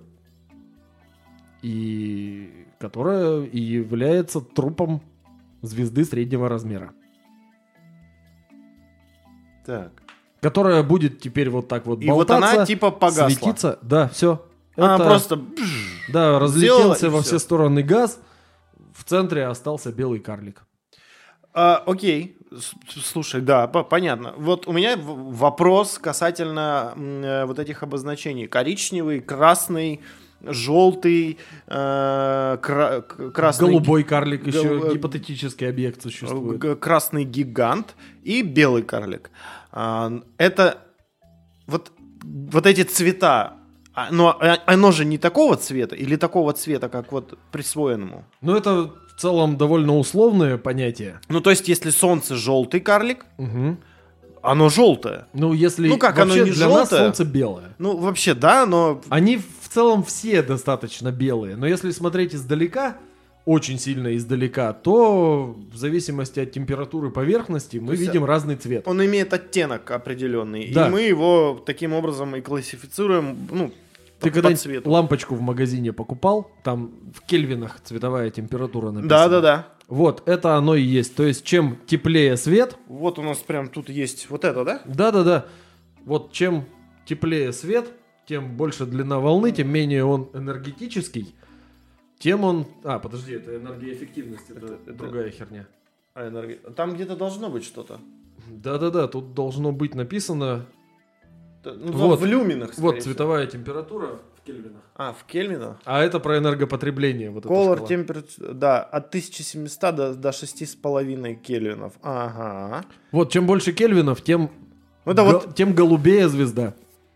и которая и является трупом звезды среднего размера.
Так.
Которая будет теперь вот так вот
и
болтаться,
вот она типа погасла.
Светиться. Да, все.
Она просто...
Да, разлетелся во все стороны газ. В центре остался белый карлик.
Окей. Слушай, да, понятно. Вот у меня вопрос касательно вот этих обозначений. Коричневый, красный, желтый, красный...
Голубой карлик, еще гипотетический объект существует.
Красный гигант и белый карлик. Это вот эти цвета, но оно же не такого цвета или такого цвета, как вот присвоенному?
Ну, это в целом довольно условное понятие.
Ну, то есть, если солнце желтый карлик, оно желтое.
Ну, если
как
вообще
оно не
для
желтое,
нас солнце белое.
Ну, вообще, да, но...
Они в целом все достаточно белые. Но если смотреть издалека, очень сильно издалека, то в зависимости от температуры поверхности мы видим разный цвет.
Он имеет оттенок определенный,
да.
И мы его таким образом и классифицируем, ну,
ты когда-нибудь лампочку в магазине покупал, там в кельвинах цветовая температура написана.
Да.
Вот, это оно и есть. То есть, чем теплее свет...
Вот у нас прям тут есть вот это, да?
Да. Вот чем теплее свет, тем больше длина волны, тем менее он энергетический. тем он... подожди, это энергоэффективность, это другая херня.
Там где-то должно быть что-то.
Да-да-да, тут должно быть написано...
в люминах,
Вот цветовая температура в кельвинах.
В кельвинах?
А это про энергопотребление. Вот
Color temperature, да, от 1700 до 6,5 кельвинов. Ага.
Вот, чем больше кельвинов, тем тем голубее звезда.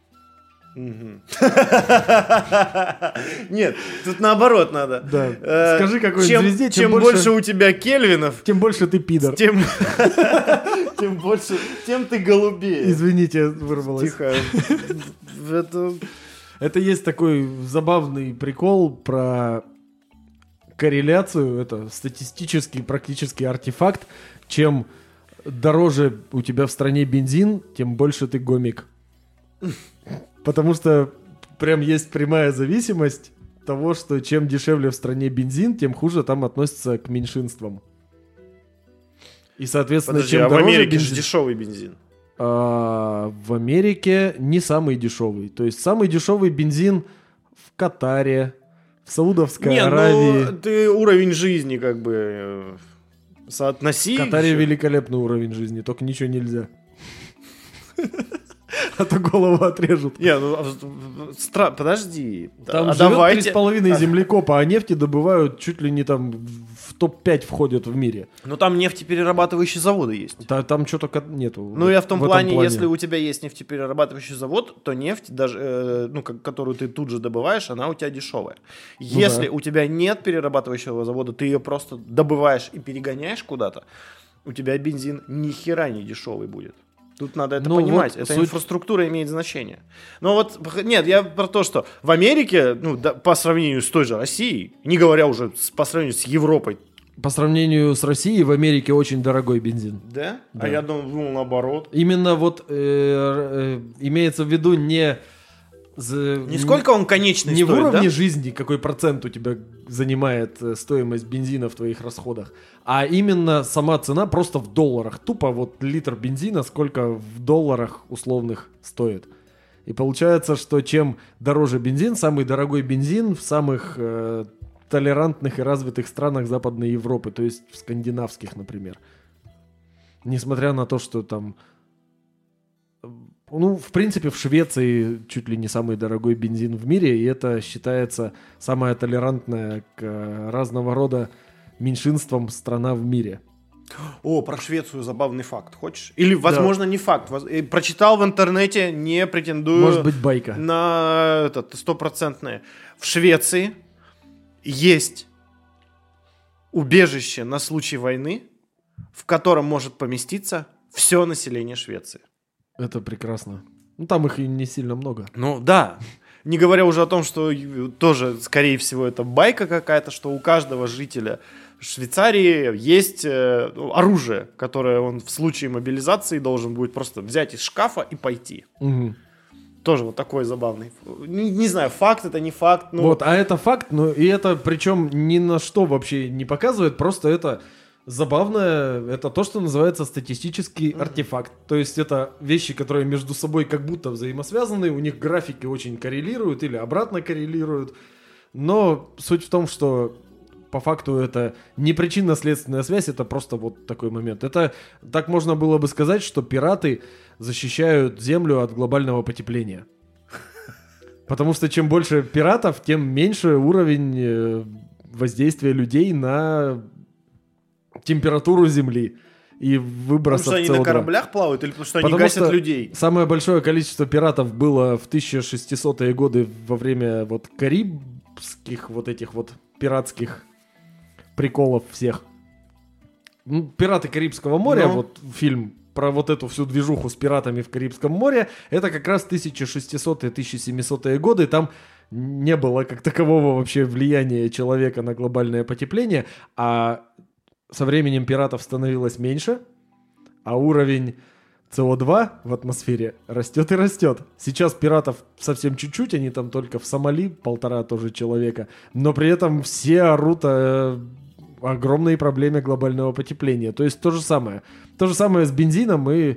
Нет, тут наоборот надо.
Да. Скажи какой-нибудь звезде,
чем больше у тебя кельвинов,
тем больше ты пидор.
Тем больше, тем ты голубее.
Извините, вырвалось.
Тихо.
Это есть такой забавный прикол про корреляцию. Это статистический практически артефакт. Чем дороже у тебя в стране бензин, тем больше ты гомик. Потому что прям есть прямая зависимость того, что чем дешевле в стране бензин, тем хуже там относятся к меньшинствам. И, соответственно, чем дороже
в Америке
бензин...
же дешевый бензин.
В Америке не самый дешевый. То есть самый дешевый бензин в Катаре, в Саудовской Аравии.
Ну, ты уровень жизни как бы соотноси.
В Катаре великолепный уровень жизни, только ничего нельзя. А то голову отрежут.
Подожди.
Там живет 3,5 землекопа, а нефти добывают чуть ли не там в топ-5 входят в мире.
Но там нефтеперерабатывающие заводы есть.
Там что-то нету.
Ну, я в том плане, если у тебя есть нефтеперерабатывающий завод, то нефть, даже, которую ты тут же добываешь, она у тебя дешевая. Если у тебя нет перерабатывающего завода, ты ее просто добываешь и перегоняешь куда-то, у тебя бензин ни хера не дешевый будет. Тут надо это понимать. Вот инфраструктура имеет значение. Но вот, нет, я про то, что в Америке, по сравнению с той же Россией, не говоря уже по сравнению с Европой.
По сравнению с Россией в Америке очень дорогой бензин.
Да? А я думал наоборот.
Именно вот имеется в виду не
сколько он конечный
не
стоит,
в уровне
да?
жизни, какой процент у тебя занимает стоимость бензина в твоих расходах, а именно сама цена просто в долларах. Тупо вот литр бензина сколько в долларах условных стоит. И получается, что чем дороже бензин, самый дорогой бензин в самых толерантных и развитых странах Западной Европы, то есть в скандинавских, например. Несмотря на то, что там... в принципе, в Швеции чуть ли не самый дорогой бензин в мире, и это считается самая толерантная к разного рода меньшинствам страна в мире.
О, про Швецию забавный факт. Хочешь? Или, возможно, не факт. Прочитал в интернете, не претендую...
Может быть, байка.
На 100%. В Швеции есть убежище на случай войны, в котором может поместиться все население Швеции.
Это прекрасно. Там их и не сильно много.
Да. Не говоря уже о том, что тоже, скорее всего, это байка какая-то, что у каждого жителя Швейцарии есть оружие, которое он в случае мобилизации должен будет просто взять из шкафа и пойти.
Угу.
Тоже вот такой забавный. Не знаю, факт это, не факт.
Вот, а это факт, и это причем ни на что вообще не показывает, просто это... Забавное, это то, что называется статистический артефакт. То есть это вещи, которые между собой как будто взаимосвязаны, у них графики очень коррелируют или обратно коррелируют. Но суть в том, что по факту это не причинно-следственная связь, это просто вот такой момент. Это так можно было бы сказать, что пираты защищают Землю от глобального потепления. Потому что чем больше пиратов, тем меньше уровень воздействия людей на... температуру Земли и выбросов CO2.
Потому что они на кораблях плавают или потому что они гасят людей?
Самое большое количество пиратов было в 1600-е годы во время вот карибских вот этих вот пиратских приколов всех. «Пираты Карибского моря», вот фильм про вот эту всю движуху с пиратами в Карибском море, это как раз 1600-1700-е годы, там не было как такового вообще влияния человека на глобальное потепление, а со временем пиратов становилось меньше, а уровень СО2 в атмосфере растет и растет. Сейчас пиратов совсем чуть-чуть, они там только в Сомали 1,5 тоже человека, но при этом все орут о огромной проблеме глобального потепления. То есть то же самое. То же самое с бензином и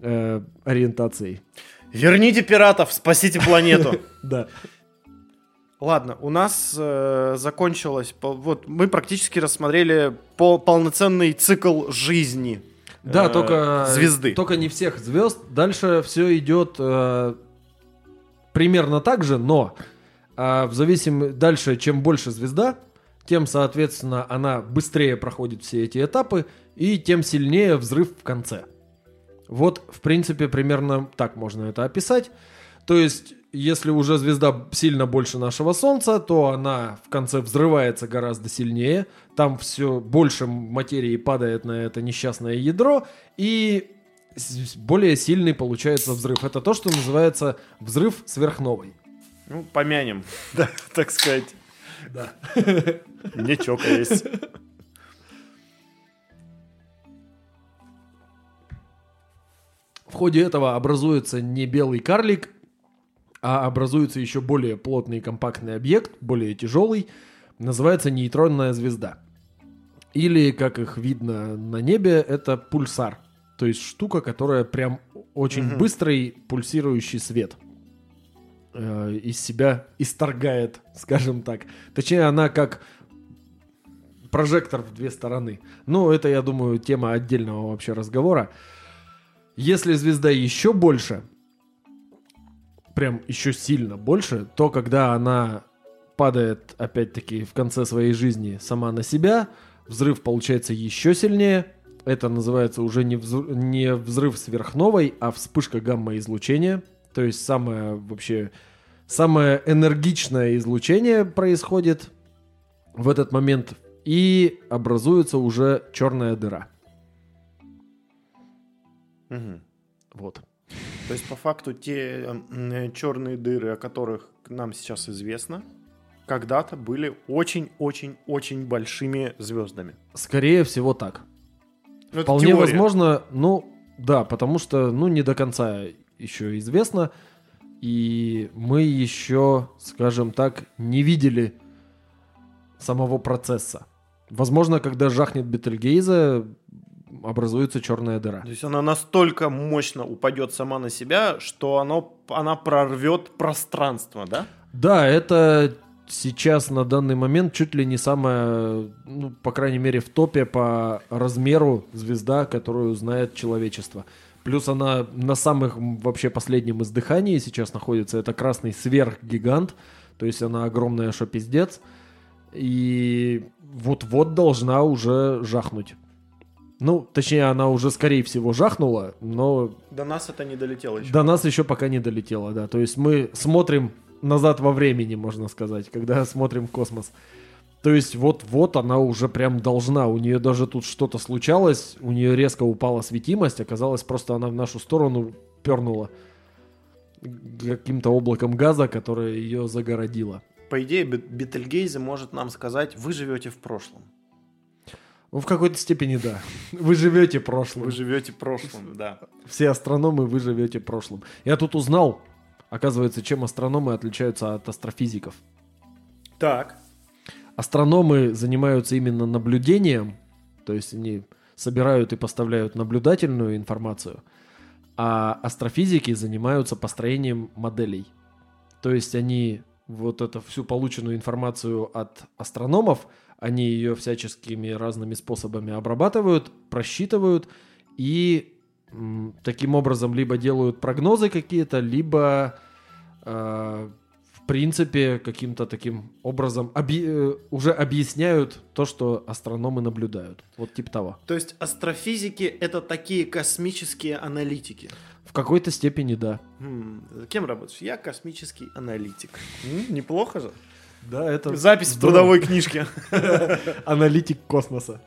ориентацией.
Верните пиратов, спасите планету.
Да.
Ладно, у нас закончилось... Вот мы практически рассмотрели полноценный цикл жизни
Да, только
звезды.
Только не всех звезд. Дальше все идет примерно так же, но дальше, чем больше звезда, тем, соответственно, она быстрее проходит все эти этапы, и тем сильнее взрыв в конце. Вот, в принципе, примерно так можно это описать. То есть, если уже звезда сильно больше нашего Солнца, то она в конце взрывается гораздо сильнее. Там все больше материи падает на это несчастное ядро, и более сильный получается взрыв. Это то, что называется взрыв сверхновой.
Ну, помянем, да, так сказать.
Да.
Не чокаясь.
В ходе этого образуется не белый карлик, а образуется еще более плотный и компактный объект, более тяжелый, называется нейтронная звезда. Или, как их видно на небе, это пульсар. То есть штука, которая прям очень быстрый пульсирующий свет из себя исторгает, скажем так. Точнее, она как прожектор в две стороны. Ну, это, я думаю, тема отдельного вообще разговора. Если звезда еще больше, прям еще сильно больше, то когда она падает, опять-таки, в конце своей жизни сама на себя, взрыв получается еще сильнее. Это называется уже не взрыв сверхновой, а вспышка гамма-излучения. То есть самое энергичное излучение происходит в этот момент, и образуется уже черная дыра.
Угу.
Вот.
То есть, по факту, те черные дыры, о которых нам сейчас известно, когда-то были очень-очень-очень большими звездами.
Скорее всего, так.
Это
вполне
теория.
Возможно, да, потому что, не до конца еще известно, и мы еще, скажем так, не видели самого процесса. Возможно, когда жахнет Бетельгейзе, образуется черная дыра.
То есть она настолько мощно упадет сама на себя, что она прорвет пространство, да?
Да, это сейчас на данный момент чуть ли не самая, по крайней мере, в топе по размеру звезда, которую знает человечество. Плюс она на самых вообще последнем издыхании сейчас находится. Это красный сверхгигант. То есть она огромная, шо пиздец. И вот-вот должна уже жахнуть. Точнее, она уже, скорее всего, жахнула, но...
До нас это не долетело еще.
До нас еще пока не долетело, да. То есть мы смотрим назад во времени, можно сказать, когда смотрим в космос. То есть вот-вот она уже прям должна. У нее даже тут что-то случалось, у нее резко упала светимость, оказалось, просто она в нашу сторону пернула каким-то облаком газа, которое ее загородило.
По идее, Бетельгейзе может нам сказать: вы живете в прошлом.
В какой-то степени да. Вы живете прошлым.
Вы живете прошлым, да.
Все астрономы, вы живете прошлым. Я тут узнал, оказывается, чем астрономы отличаются от астрофизиков.
Так.
Астрономы занимаются именно наблюдением, то есть они собирают и поставляют наблюдательную информацию, а астрофизики занимаются построением моделей. То есть они вот эту всю полученную информацию от астрономов, они ее всяческими разными способами обрабатывают, просчитывают и таким образом либо делают прогнозы какие-то, либо в принципе каким-то таким образом уже объясняют то, что астрономы наблюдают. Вот типа того.
То есть астрофизики — это такие космические аналитики?
В какой-то степени да.
Кем работаешь? Я космический аналитик. Неплохо же?
Да, это
запись в трудовой книжке.
Аналитик космоса.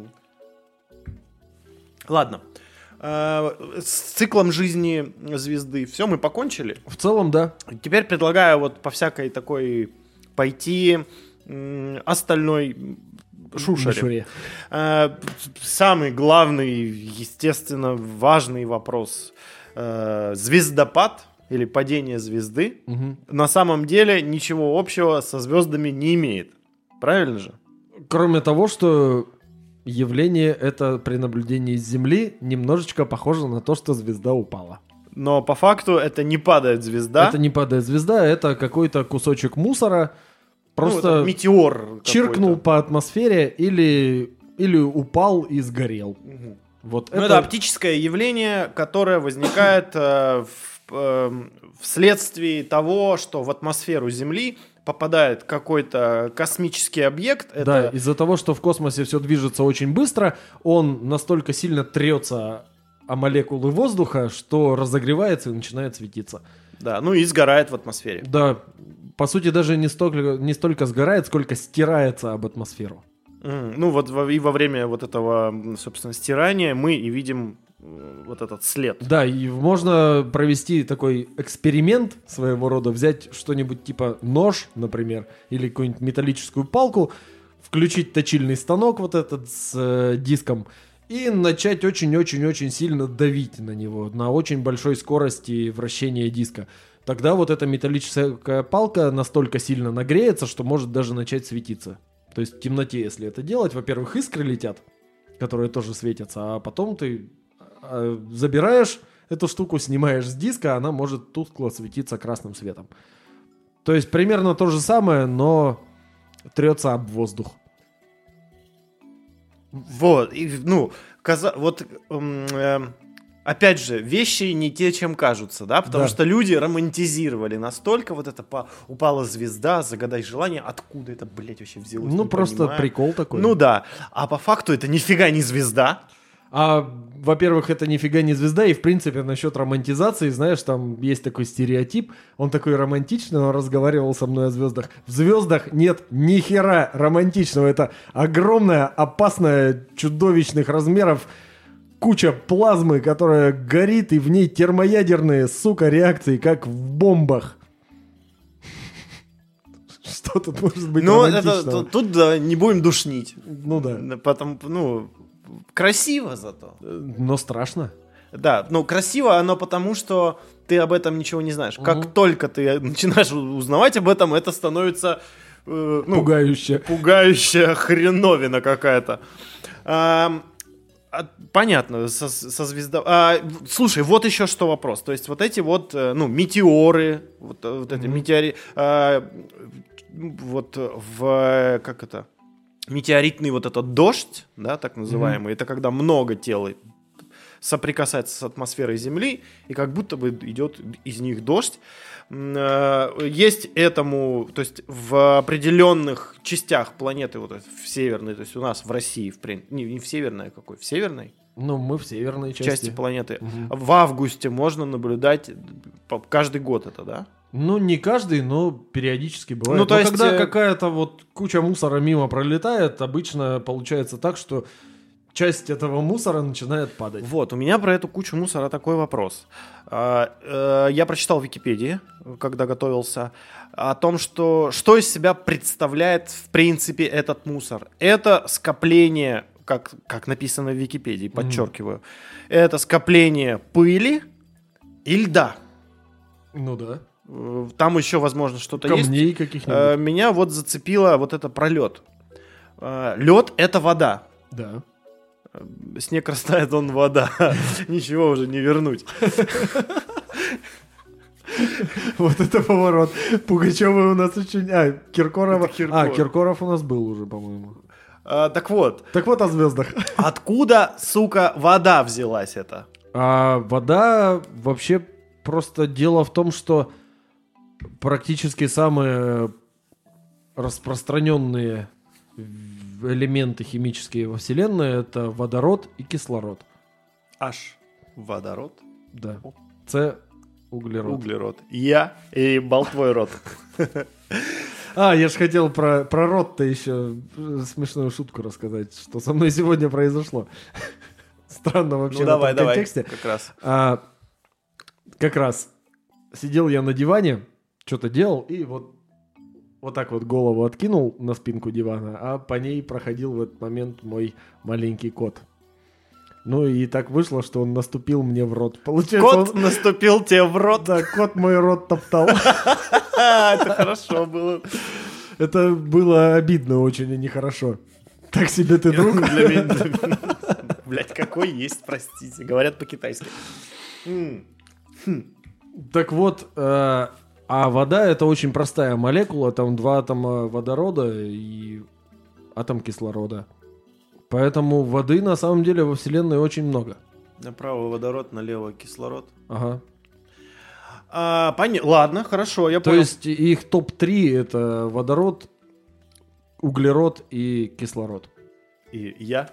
Ладно. С циклом жизни звезды все, мы покончили.
В целом, да.
Теперь предлагаю вот по всякой такой пойти остальной шушере. Самый главный, естественно, важный вопрос. Звездопад или падение звезды на самом деле ничего общего со звездами не имеет. Правильно же?
Кроме того, что явление это при наблюдении с Земли немножечко похоже на то, что звезда упала.
Но по факту это не падает звезда.
Это не падает звезда, это какой-то кусочек мусора. Просто
метеор
чиркнул по атмосфере или упал и сгорел.
Угу.
Вот
это оптическое явление, которое возникает вследствие того, что в атмосферу Земли попадает какой-то космический объект.
Да, из-за того, что в космосе все движется очень быстро, он настолько сильно трется о молекулы воздуха, что разогревается и начинает светиться.
Да, и сгорает в атмосфере.
Да, по сути, даже не столько сгорает, сколько стирается об атмосферу.
И во время вот этого, собственно, стирания мы и видим вот этот след.
Да, и можно провести такой эксперимент своего рода, взять что-нибудь типа нож, например, или какую-нибудь металлическую палку, включить точильный станок вот этот с диском и начать очень-очень-очень сильно давить на него на очень большой скорости вращения диска. Тогда вот эта металлическая палка настолько сильно нагреется, что может даже начать светиться. То есть в темноте, если это делать, во-первых, искры летят, которые тоже светятся, а потом ты забираешь эту штуку, снимаешь с диска, она может тускло светиться красным светом. То есть примерно то же самое, но трется об воздух.
Вот, опять же, вещи не те, чем кажутся, да, потому что люди романтизировали настолько вот это упала звезда, загадай желание, откуда это, блядь, вообще взялось?
Просто понимаю. Прикол такой.
Да, а по факту это нифига не звезда.
Во-первых, это нифига не звезда, и в принципе насчет романтизации, знаешь, там есть такой стереотип, он такой романтичный, он разговаривал со мной о звездах. В звездах нет ни хера романтичного, это огромная, опасная, чудовищных размеров куча плазмы, которая горит, и в ней термоядерные, реакции, как в бомбах. Что тут может быть романтичного?
Тут да, не будем душнить.
Да.
Потом, красиво зато.
Но страшно.
Да, красиво оно потому, что ты об этом ничего не знаешь. Как только ты начинаешь узнавать об этом, это становится... Пугающая хреновина какая-то. Понятно, со звезда... слушай, вот еще что вопрос. То есть вот эти вот, метеоры, вот эти метеориты... как это... Метеоритный вот этот дождь, да, так называемый, это когда много тел соприкасается с атмосферой Земли, и как будто бы идет из них дождь. Есть этому, то есть в определенных частях планеты, вот в северной, то есть у нас в России, не в северной, а какой? В северной?
Мы в северной части
планеты. В августе можно наблюдать каждый год это, да?
Не каждый, но периодически бывает.
То есть...
когда какая-то вот куча мусора мимо пролетает, обычно получается так, что часть этого мусора начинает падать.
Вот, у меня про эту кучу мусора такой вопрос. Я прочитал в Википедии, когда готовился, о том, что из себя представляет в принципе этот мусор. Это скопление, как написано в Википедии, подчеркиваю, это скопление пыли и льда.
Да.
Там еще, возможно, что-то есть.
Камней каких-нибудь.
Меня вот зацепило вот это про лед. Лед — это вода.
Да.
Снег растает, он вода. Ничего уже не вернуть.
Вот это поворот. Пугачёва у нас очень... Киркорова... Киркоров у нас был уже, по-моему.
Так вот
о звездах.
Откуда, сука, вода взялась это?
Вода вообще просто дело в том, что практически самые распространенные элементы химические во Вселенной — это водород и кислород.
H — водород.
Да. С — углерод.
Я и ебал твой рот.
Я же хотел про рот-то еще смешную шутку рассказать, что со мной сегодня произошло. Странно вообще в этом контексте.
Как раз.
Как раз сидел я на диване, что-то делал, и вот так вот голову откинул на спинку дивана, а по ней проходил в этот момент мой маленький кот. И так вышло, что он наступил мне в рот. Получается,
кот наступил тебе в рот?
Да, кот мой рот топтал.
Это хорошо было.
Это было обидно очень и нехорошо. Так себе ты друг.
Блять, какой есть, простите. Говорят по-китайски.
Так вот, а вода это очень простая молекула, там 2 атома водорода и атом кислорода. Поэтому воды на самом деле во Вселенной очень много.
Направо водород, налево кислород.
Ага.
Ладно, хорошо, я
То
понял.
есть их топ-3 это водород, углерод и кислород.
И я.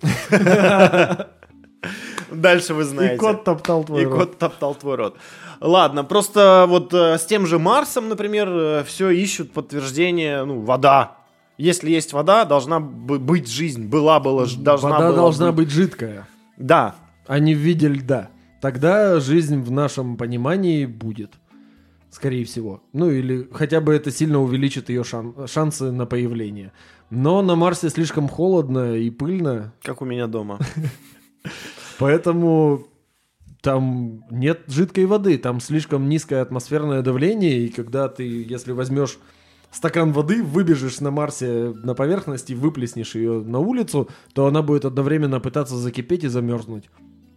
Дальше вы знаете.
И кот топтал твой
И
рот.
кот топтал твой рот. Ладно, просто вот с тем же Марсом, например, все ищут подтверждение, вода. Если есть вода, должна быть жизнь. Должна
Вода
была
должна быть жидкая,
Да.
а не в виде льда. Тогда жизнь в нашем понимании будет, скорее всего. Ну или хотя бы это сильно увеличит ее шансы на появление. Но на Марсе слишком холодно и пыльно,
Как у меня дома.
поэтому там нет жидкой воды, там слишком низкое атмосферное давление, и когда ты, если возьмешь стакан воды, выбежишь на Марсе на поверхность и выплеснешь ее на улицу, то она будет одновременно пытаться закипеть и замерзнуть.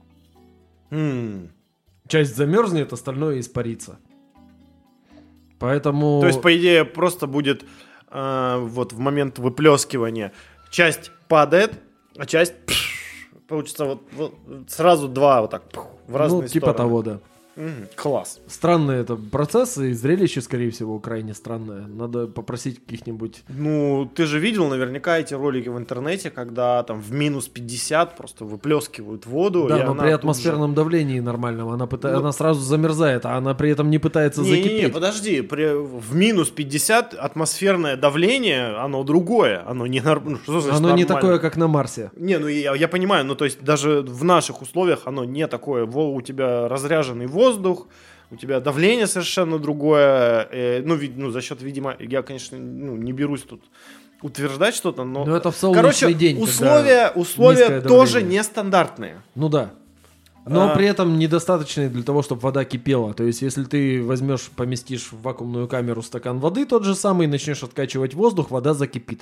Часть замерзнет, остальное испарится. Поэтому...
То есть, по идее, просто будет вот в момент выплескивания часть падает, а часть получится вот сразу два вот так в разные
типа
стороны.
того, да.
Класс.
Странный это процесс, и зрелище, скорее всего, крайне странное. Надо попросить каких-нибудь...
Ты же видел наверняка эти ролики в интернете, когда там в минус 50 просто выплескивают воду.
Да,
и
но
она
при
тут
атмосферном давлении нормальном она сразу замерзает, а она при этом не пытается
же...
закипеть.
Не, подожди, в минус 50 атмосферное давление, оно другое, оно не нормально.
Оно не такое, как на Марсе.
Я понимаю, то есть даже в наших условиях оно не такое. У тебя разряженный воздух, у тебя давление совершенно другое. За счет, видимо, я, конечно, не берусь тут утверждать что-то, но...
Но это в солнечный день,
условия
низкое
тоже
давление.
нестандартные.
Ну да. Но при этом недостаточные для того, чтобы вода кипела. То есть, если ты поместишь в вакуумную камеру стакан воды, тот же самый, начнешь откачивать воздух, вода закипит.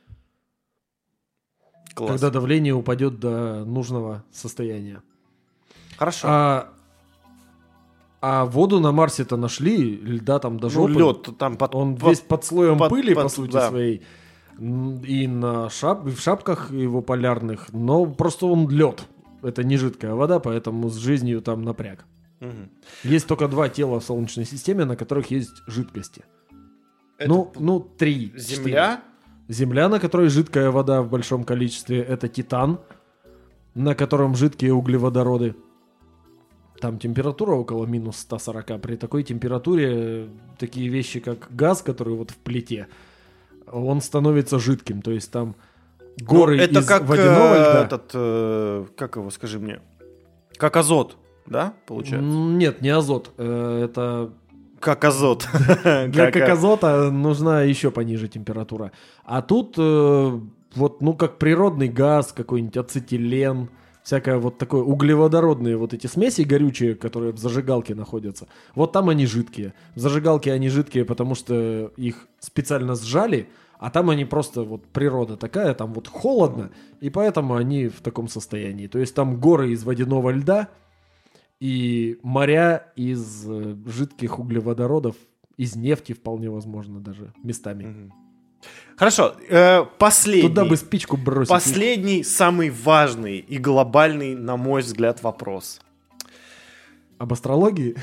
Класс.
Когда давление упадет до нужного состояния.
Хорошо.
А воду на Марсе-то нашли, льда там до жопы.
Лед там
Он весь под слоем пыли, по сути
да.
своей. И в шапках его полярных. Но просто он лед. Это не жидкая вода, поэтому с жизнью там напряг.
Угу.
Есть только 2 тела в Солнечной системе, на которых есть жидкости.
Это
3.
Земля?
4. Земля, на которой жидкая вода в большом количестве, это Титан, на котором жидкие углеводороды. Там температура около минус 140. При такой температуре такие вещи, как газ, который вот в плите, он становится жидким. То есть там горы
это
из
как
водяного льда.
как его, скажи мне, как азот, да, получается?
Нет, не азот. Это...
Как азот.
Для как азота нужна еще пониже температура. А тут как природный газ, какой-нибудь ацетилен, всякое вот такое углеводородные вот эти смеси горючие, которые в зажигалке находятся. Вот там они жидкие. В зажигалке они жидкие, потому что их специально сжали, а там они просто вот природа такая, там вот холодно, и поэтому они в таком состоянии. То есть там горы из водяного льда и моря из жидких углеводородов, из нефти вполне возможно даже местами.
Хорошо, последний.
Туда бы спичку бросить.
Последний, самый важный и глобальный, на мой взгляд, вопрос.
Об астрологии?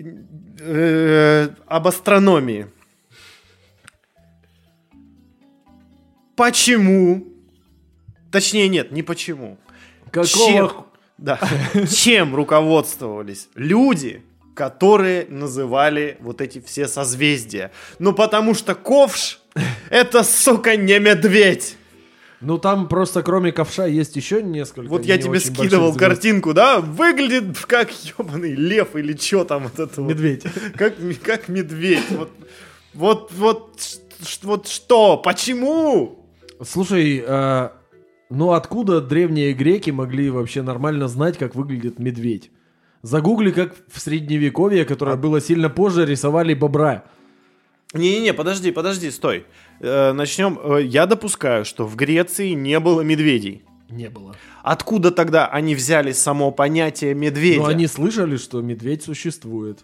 Об астрономии. Почему? Точнее, нет, не почему. Чем руководствовались люди, которые называли вот эти все созвездия? Потому что ковш — это, сука, не медведь.
Там просто кроме ковша есть еще несколько.
Вот я тебе скидывал картинку, да? Выглядит как ебаный лев или что там вот это.
Медведь.
Как медведь. Вот что? Почему?
Слушай, откуда древние греки могли вообще нормально знать, как выглядит медведь? Загугли, как в Средневековье, которое было сильно позже, рисовали бобра.
Не-не-не, подожди, стой. Начнем. Я допускаю, что в Греции не было медведей.
Не было.
Откуда тогда они взяли само понятие медведя?
Но они слышали, что медведь существует.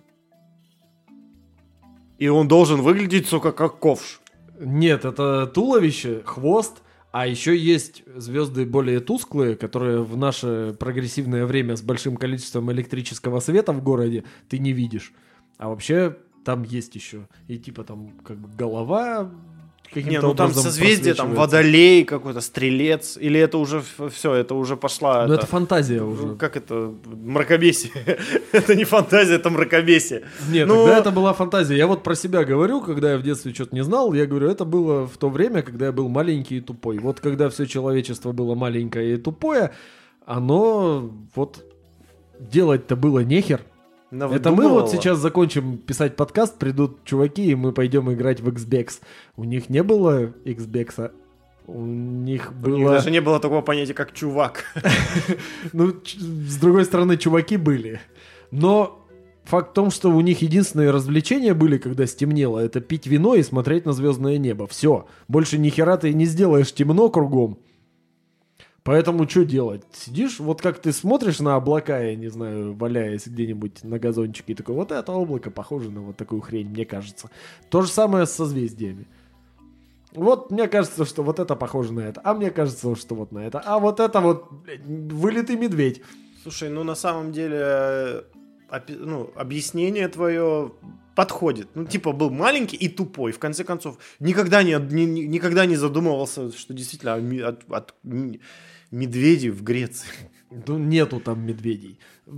И он должен выглядеть, сука, как ковш.
Нет, это туловище, хвост, а еще есть звезды более тусклые, которые в наше прогрессивное время с большим количеством электрического света в городе ты не видишь. А вообще там есть еще. И типа там как бы голова каким-то
Не, ну там
образом
созвездие, там
просвечивается.
водолей какой-то, стрелец. Или это уже все, это уже пошла...
Ну это фантазия уже.
Как это? Мракобесие. Это не фантазия, это мракобесие.
Нет,
Ну,
тогда это была фантазия. Я вот про себя говорю, когда я в детстве что-то не знал, я говорю, это было в то время, когда я был маленький и тупой. Вот когда все человечество было маленькое и тупое, оно вот делать-то было нехер. Это мы вот сейчас закончим писать подкаст, придут чуваки, и мы пойдем играть в Xbox. У них не было Xbox, у них было...
У них даже не было такого понятия, как чувак.
Ну, с другой стороны, чуваки были. Но факт в том, что у них единственные развлечения были, когда стемнело, это пить вино и смотреть на звездное небо. Все. Больше ни хера ты не сделаешь, темно кругом. Поэтому что делать? Сидишь, вот как ты смотришь на облака, я не знаю, валяясь где-нибудь на газончике, и такой, вот это облако похоже на вот такую хрень, мне кажется. То же самое с созвездиями. Вот мне кажется, что вот это похоже на это, а мне кажется, что вот на это, а вот это вот, блядь, вылитый медведь.
Слушай, ну на самом деле, объяснение твое подходит. Ну, типа, был маленький и тупой. В конце концов, никогда не задумывался, что действительно от медведей в Греции.
Ну, нету там медведей.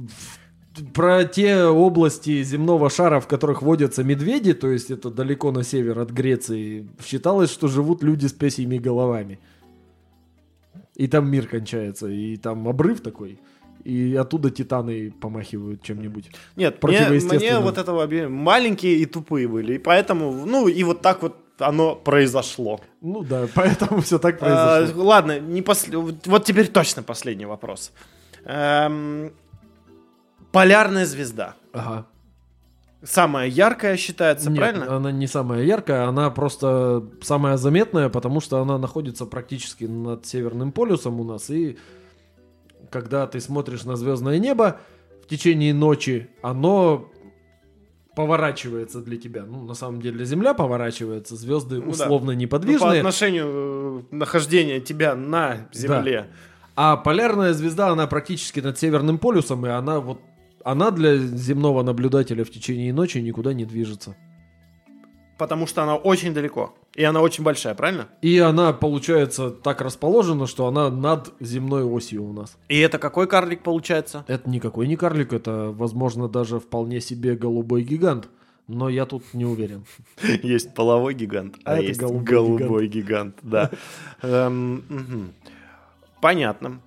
Про те области земного шара, в которых водятся медведи, то есть это далеко на север от Греции, считалось, что живут люди с пёсьими головами. И там мир кончается, и там обрыв такой, и оттуда титаны помахивают чем-нибудь.
Нет,
противоестественным.
мне вот этого маленькие и тупые были, и поэтому, ну, и вот так вот оно произошло.
Ну да, поэтому все так произошло.
Ладно, вот теперь точно последний вопрос. Полярная звезда.
Ага.
Самая яркая считается,
Нет,
правильно?
она не самая яркая, она просто самая заметная, потому что она находится практически над Северным полюсом у нас, и когда ты смотришь на звездное небо в течение ночи, оно поворачивается для тебя. Ну, на самом деле, Земля поворачивается, звезды условно неподвижные.
Ну, по отношению нахождения тебя на Земле.
Да. А полярная звезда, она практически над Северным полюсом, и она для земного наблюдателя в течение ночи никуда не движется.
Потому что она очень далеко. И она очень большая, правильно?
И она, получается, так расположена, что она над земной осью у нас.
И это какой карлик получается?
Это никакой не карлик, это, возможно, даже вполне себе голубой гигант. Но я тут не уверен.
Есть половой гигант, а есть голубой гигант. Да. Понятно.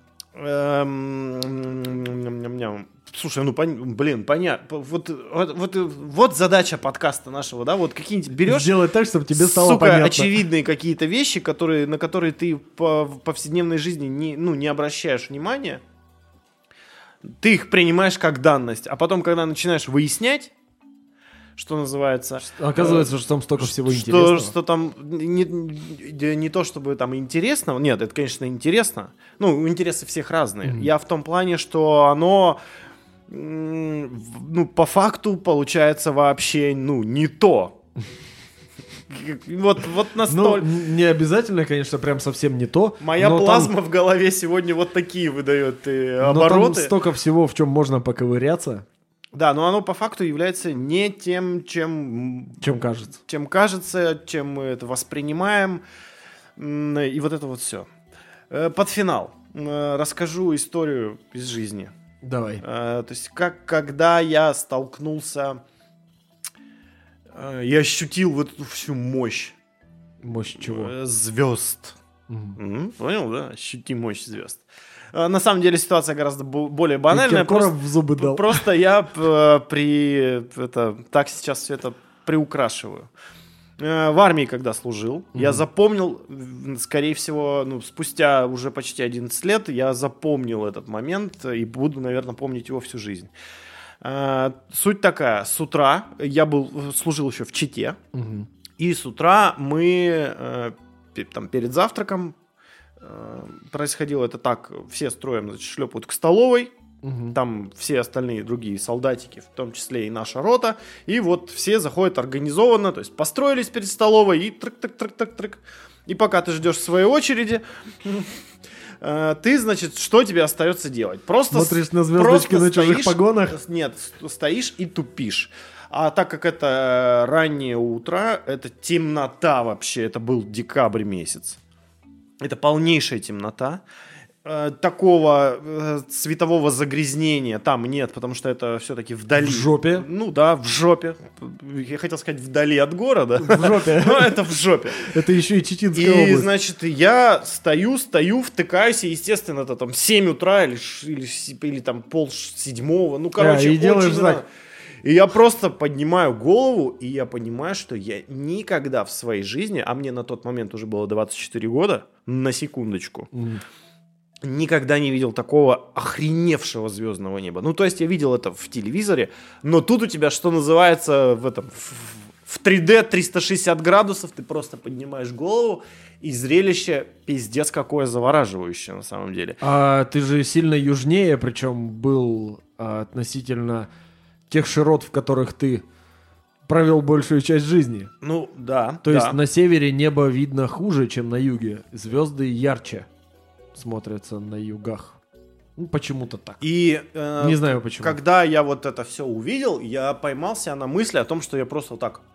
Слушай, ну, понятно. Вот задача подкаста нашего, да? Вот какие-нибудь берешь...
Сделать так, чтобы тебе стало
сука,
понятно.
очевидные какие-то вещи, на которые ты в повседневной жизни не обращаешь внимания. Ты их принимаешь как данность. А потом, когда начинаешь выяснять, что называется...
Оказывается, что там столько всего интересного.
Что там не то, чтобы там интересно. Нет, это, конечно, интересно. Ну, интересы всех разные. Я в том плане, что оно... Ну, по факту получается вообще, не то. Вот настолько...
Ну, не обязательно, конечно, прям совсем не то.
Моя плазма в голове сегодня вот такие выдает обороты.
Но там столько всего, в чем можно поковыряться.
Да, но оно по факту является не тем, чем
кажется.
Чем кажется, чем мы это воспринимаем. И вот это вот все. Под финал расскажу историю из жизни.
Давай.
То есть, когда я столкнулся, я ощутил вот эту всю мощь.
Мощь чего?
Звезд. Понял, да? Ощути мощь звезд. На самом деле ситуация гораздо более банальная.
Киркоров в зубы дал.
Просто я так сейчас все это приукрашиваю. В армии, когда служил, я запомнил, скорее всего, спустя уже почти 11 лет, я запомнил этот момент и буду, наверное, помнить его всю жизнь. Суть такая. С утра я служил еще в Чите, и с утра мы перед завтраком Происходило это так, все строем, значит, шлепают к столовой,
Мгм.
там все остальные другие солдатики, в том числе и наша рота, и вот все заходят организованно, то есть построились перед столовой и трык-трык-трык-трык-трык. И пока ты ждешь своей очереди, ты, значит, что тебе остается делать? Просто
Смотришь на звездочки на чужих погонах?
Нет, стоишь и тупишь. А так как это раннее утро, это темнота вообще, это был декабрь месяц. Это полнейшая темнота. Такого светового загрязнения там нет, потому что это все-таки вдали.
В жопе?
Ну да, в жопе. Я хотел сказать вдали от города.
В жопе.
Но это в жопе.
Это еще и Читинская
И,
область.
значит, я стою, втыкаюсь, и, естественно, это там 7 утра или там 6:30. Ну, короче,
и делаешь
очень
знак.
рано. И я просто поднимаю голову, и я понимаю, что я никогда в своей жизни, а мне на тот момент уже было 24 года, на секундочку, никогда не видел такого охреневшего звездного неба. Ну, то есть я видел это в телевизоре, но тут у тебя, что называется, в 3D 360 градусов, ты просто поднимаешь голову, и зрелище пиздец какое завораживающее на самом деле.
А ты же сильно южнее, причем был относительно тех широт, в которых ты провел большую часть жизни.
Ну, да.
То
да.
есть на севере небо видно хуже, чем на юге. Звезды ярче смотрятся на югах. Ну, почему-то так.
И
Не знаю почему.
когда я вот это все увидел, я поймался на мысли о том, что я просто вот так...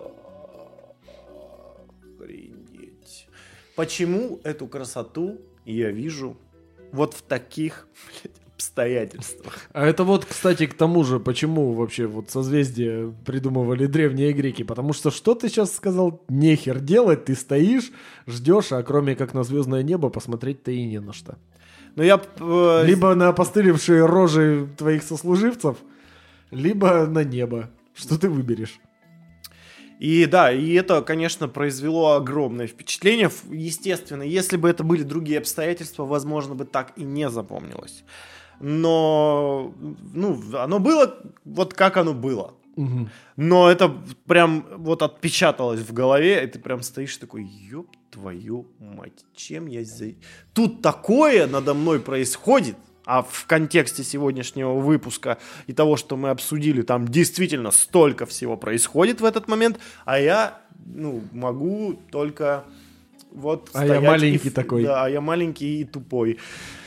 Охренеть. Почему эту красоту я вижу вот в таких, блядь, обстоятельствах?
А это вот, кстати, к тому же, почему вообще вот созвездие придумывали древние греки. Потому что что ты сейчас сказал? Нехер делать, ты стоишь, ждешь, а кроме как на звездное небо посмотреть-то и не на что.
Но я...
Либо на опостылевшие рожи твоих сослуживцев, либо на небо. Что ты выберешь?
И да, и это, конечно, произвело огромное впечатление. Естественно, если бы это были другие обстоятельства, возможно, бы так и не запомнилось. Но, ну, оно было вот как оно было.
Угу.
Но это прям вот отпечаталось в голове, и ты прям стоишь такой, ёб твою мать, чем я здесь... Тут такое надо мной происходит, а в контексте сегодняшнего выпуска и того, что мы обсудили, там действительно столько всего происходит в этот момент, а я, ну, могу только вот
А я маленький такой.
Да, а я маленький и тупой.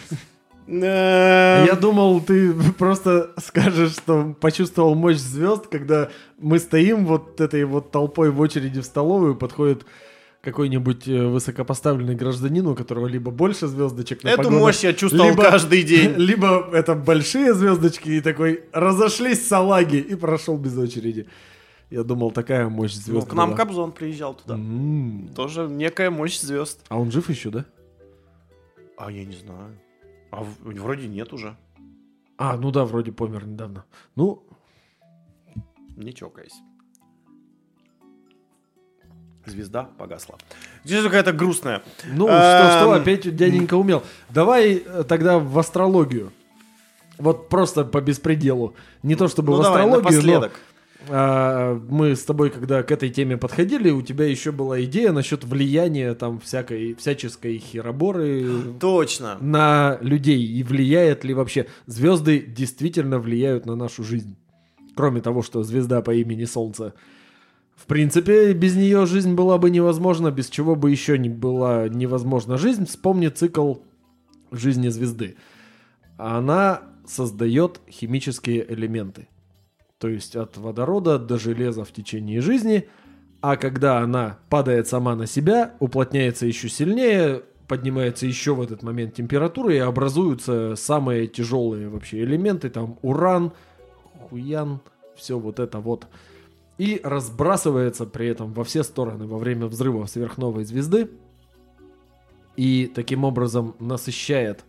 Я думал, ты просто скажешь, что почувствовал мощь звезд, когда мы стоим вот этой вот толпой в очереди в столовую, подходит какой-нибудь высокопоставленный гражданин, у которого либо больше звездочек на
Эту
погонах,
мощь я чувствовал каждый день.
Либо это большие звездочки, и такой разошлись салаги и прошел без очереди. Я думал, такая мощь звезд
Ну, к нам
была.
Кобзон приезжал туда. Тоже некая мощь звезд.
А он жив еще, да?
А я не знаю. А вроде нет уже.
А, ну да, вроде помер недавно. Ну,
Не чокаясь. Звезда погасла. Здесь какая-то грустная.
ну что, опять дяденька умел. Давай тогда в астрологию. Вот просто по беспределу. Не то чтобы
Ну
в
давай,
астрологию,
напоследок.
но мы с тобой, когда к этой теме подходили, у тебя еще была идея насчет влияния там всяческой хероборы
Точно.
на людей. И влияет ли вообще... Звезды действительно влияют на нашу жизнь. Кроме того, что звезда по имени Солнце. В принципе, без нее жизнь была бы невозможна, без чего бы еще не была невозможна жизнь. Вспомни цикл жизни звезды. Она создает химические элементы. То есть от водорода до железа в течение жизни. А когда она падает сама на себя, уплотняется еще сильнее, поднимается еще в этот момент температура, и образуются самые тяжелые вообще элементы. Там уран, хуян, все вот это вот. И разбрасывается при этом во все стороны во время взрыва сверхновой звезды. И таким образом насыщает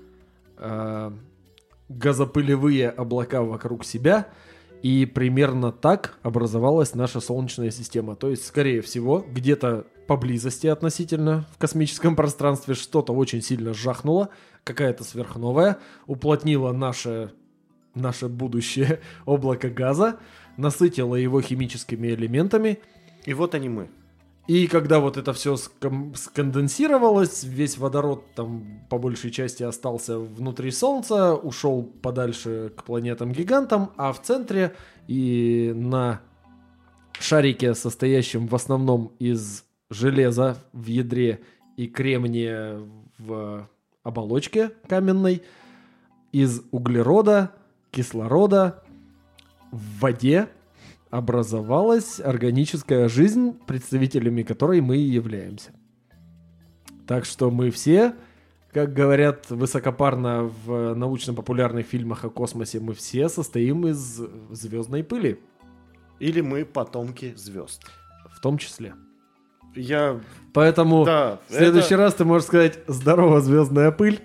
газопылевые облака вокруг себя. И примерно так образовалась наша Солнечная система. То есть, скорее всего, где-то поблизости относительно в космическом пространстве что-то очень сильно жахнуло. Какая-то сверхновая уплотнила наше будущее облако газа, насытила его химическими элементами.
И вот они мы.
И когда вот это все сконденсировалось, весь водород там по большей части остался внутри Солнца, ушел подальше к планетам-гигантам, а в центре и на шарике, состоящем в основном из железа в ядре и кремния в оболочке каменной, из углерода, кислорода в воде образовалась органическая жизнь, представителями которой мы и являемся. Так что мы все, как говорят высокопарно в научно-популярных фильмах о космосе, мы все состоим из звездной пыли.
Или мы потомки звезд.
В том числе.
Я...
Поэтому
Да,
в следующий раз ты можешь сказать «Здорово, звездная пыль».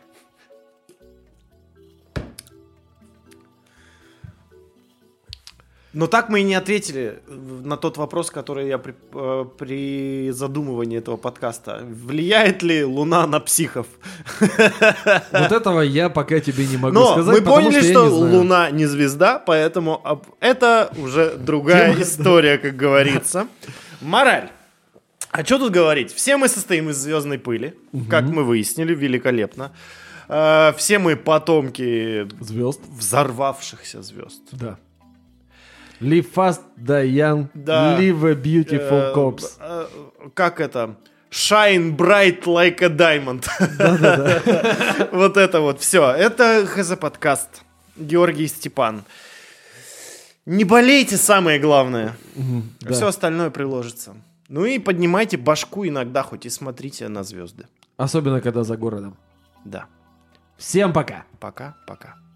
Но так мы и не ответили на тот вопрос, который я при задумывании этого подкаста. Влияет ли Луна на психов?
Вот этого я пока тебе не могу
Но
сказать,
мы
потому
поняли,
я
что
не знаю.
Луна не звезда, поэтому это уже другая история, как говорится. Мораль. А что тут говорить? Все мы состоим из звездной пыли, как мы выяснили, великолепно. Все мы потомки
Звезд.
взорвавшихся звезд.
Да. Live fast, die young,
Да.
live a beautiful corpse.
Как это? Shine bright like a diamond.
Да-да-да.
Вот это вот все. Это ХЗ-подкаст. Георгий Степан. Не болейте, самое главное.
Да.
Все остальное приложится. Ну и поднимайте башку иногда, хоть и смотрите на звезды.
Особенно, когда за городом.
Да.
Всем пока!
Пока-пока.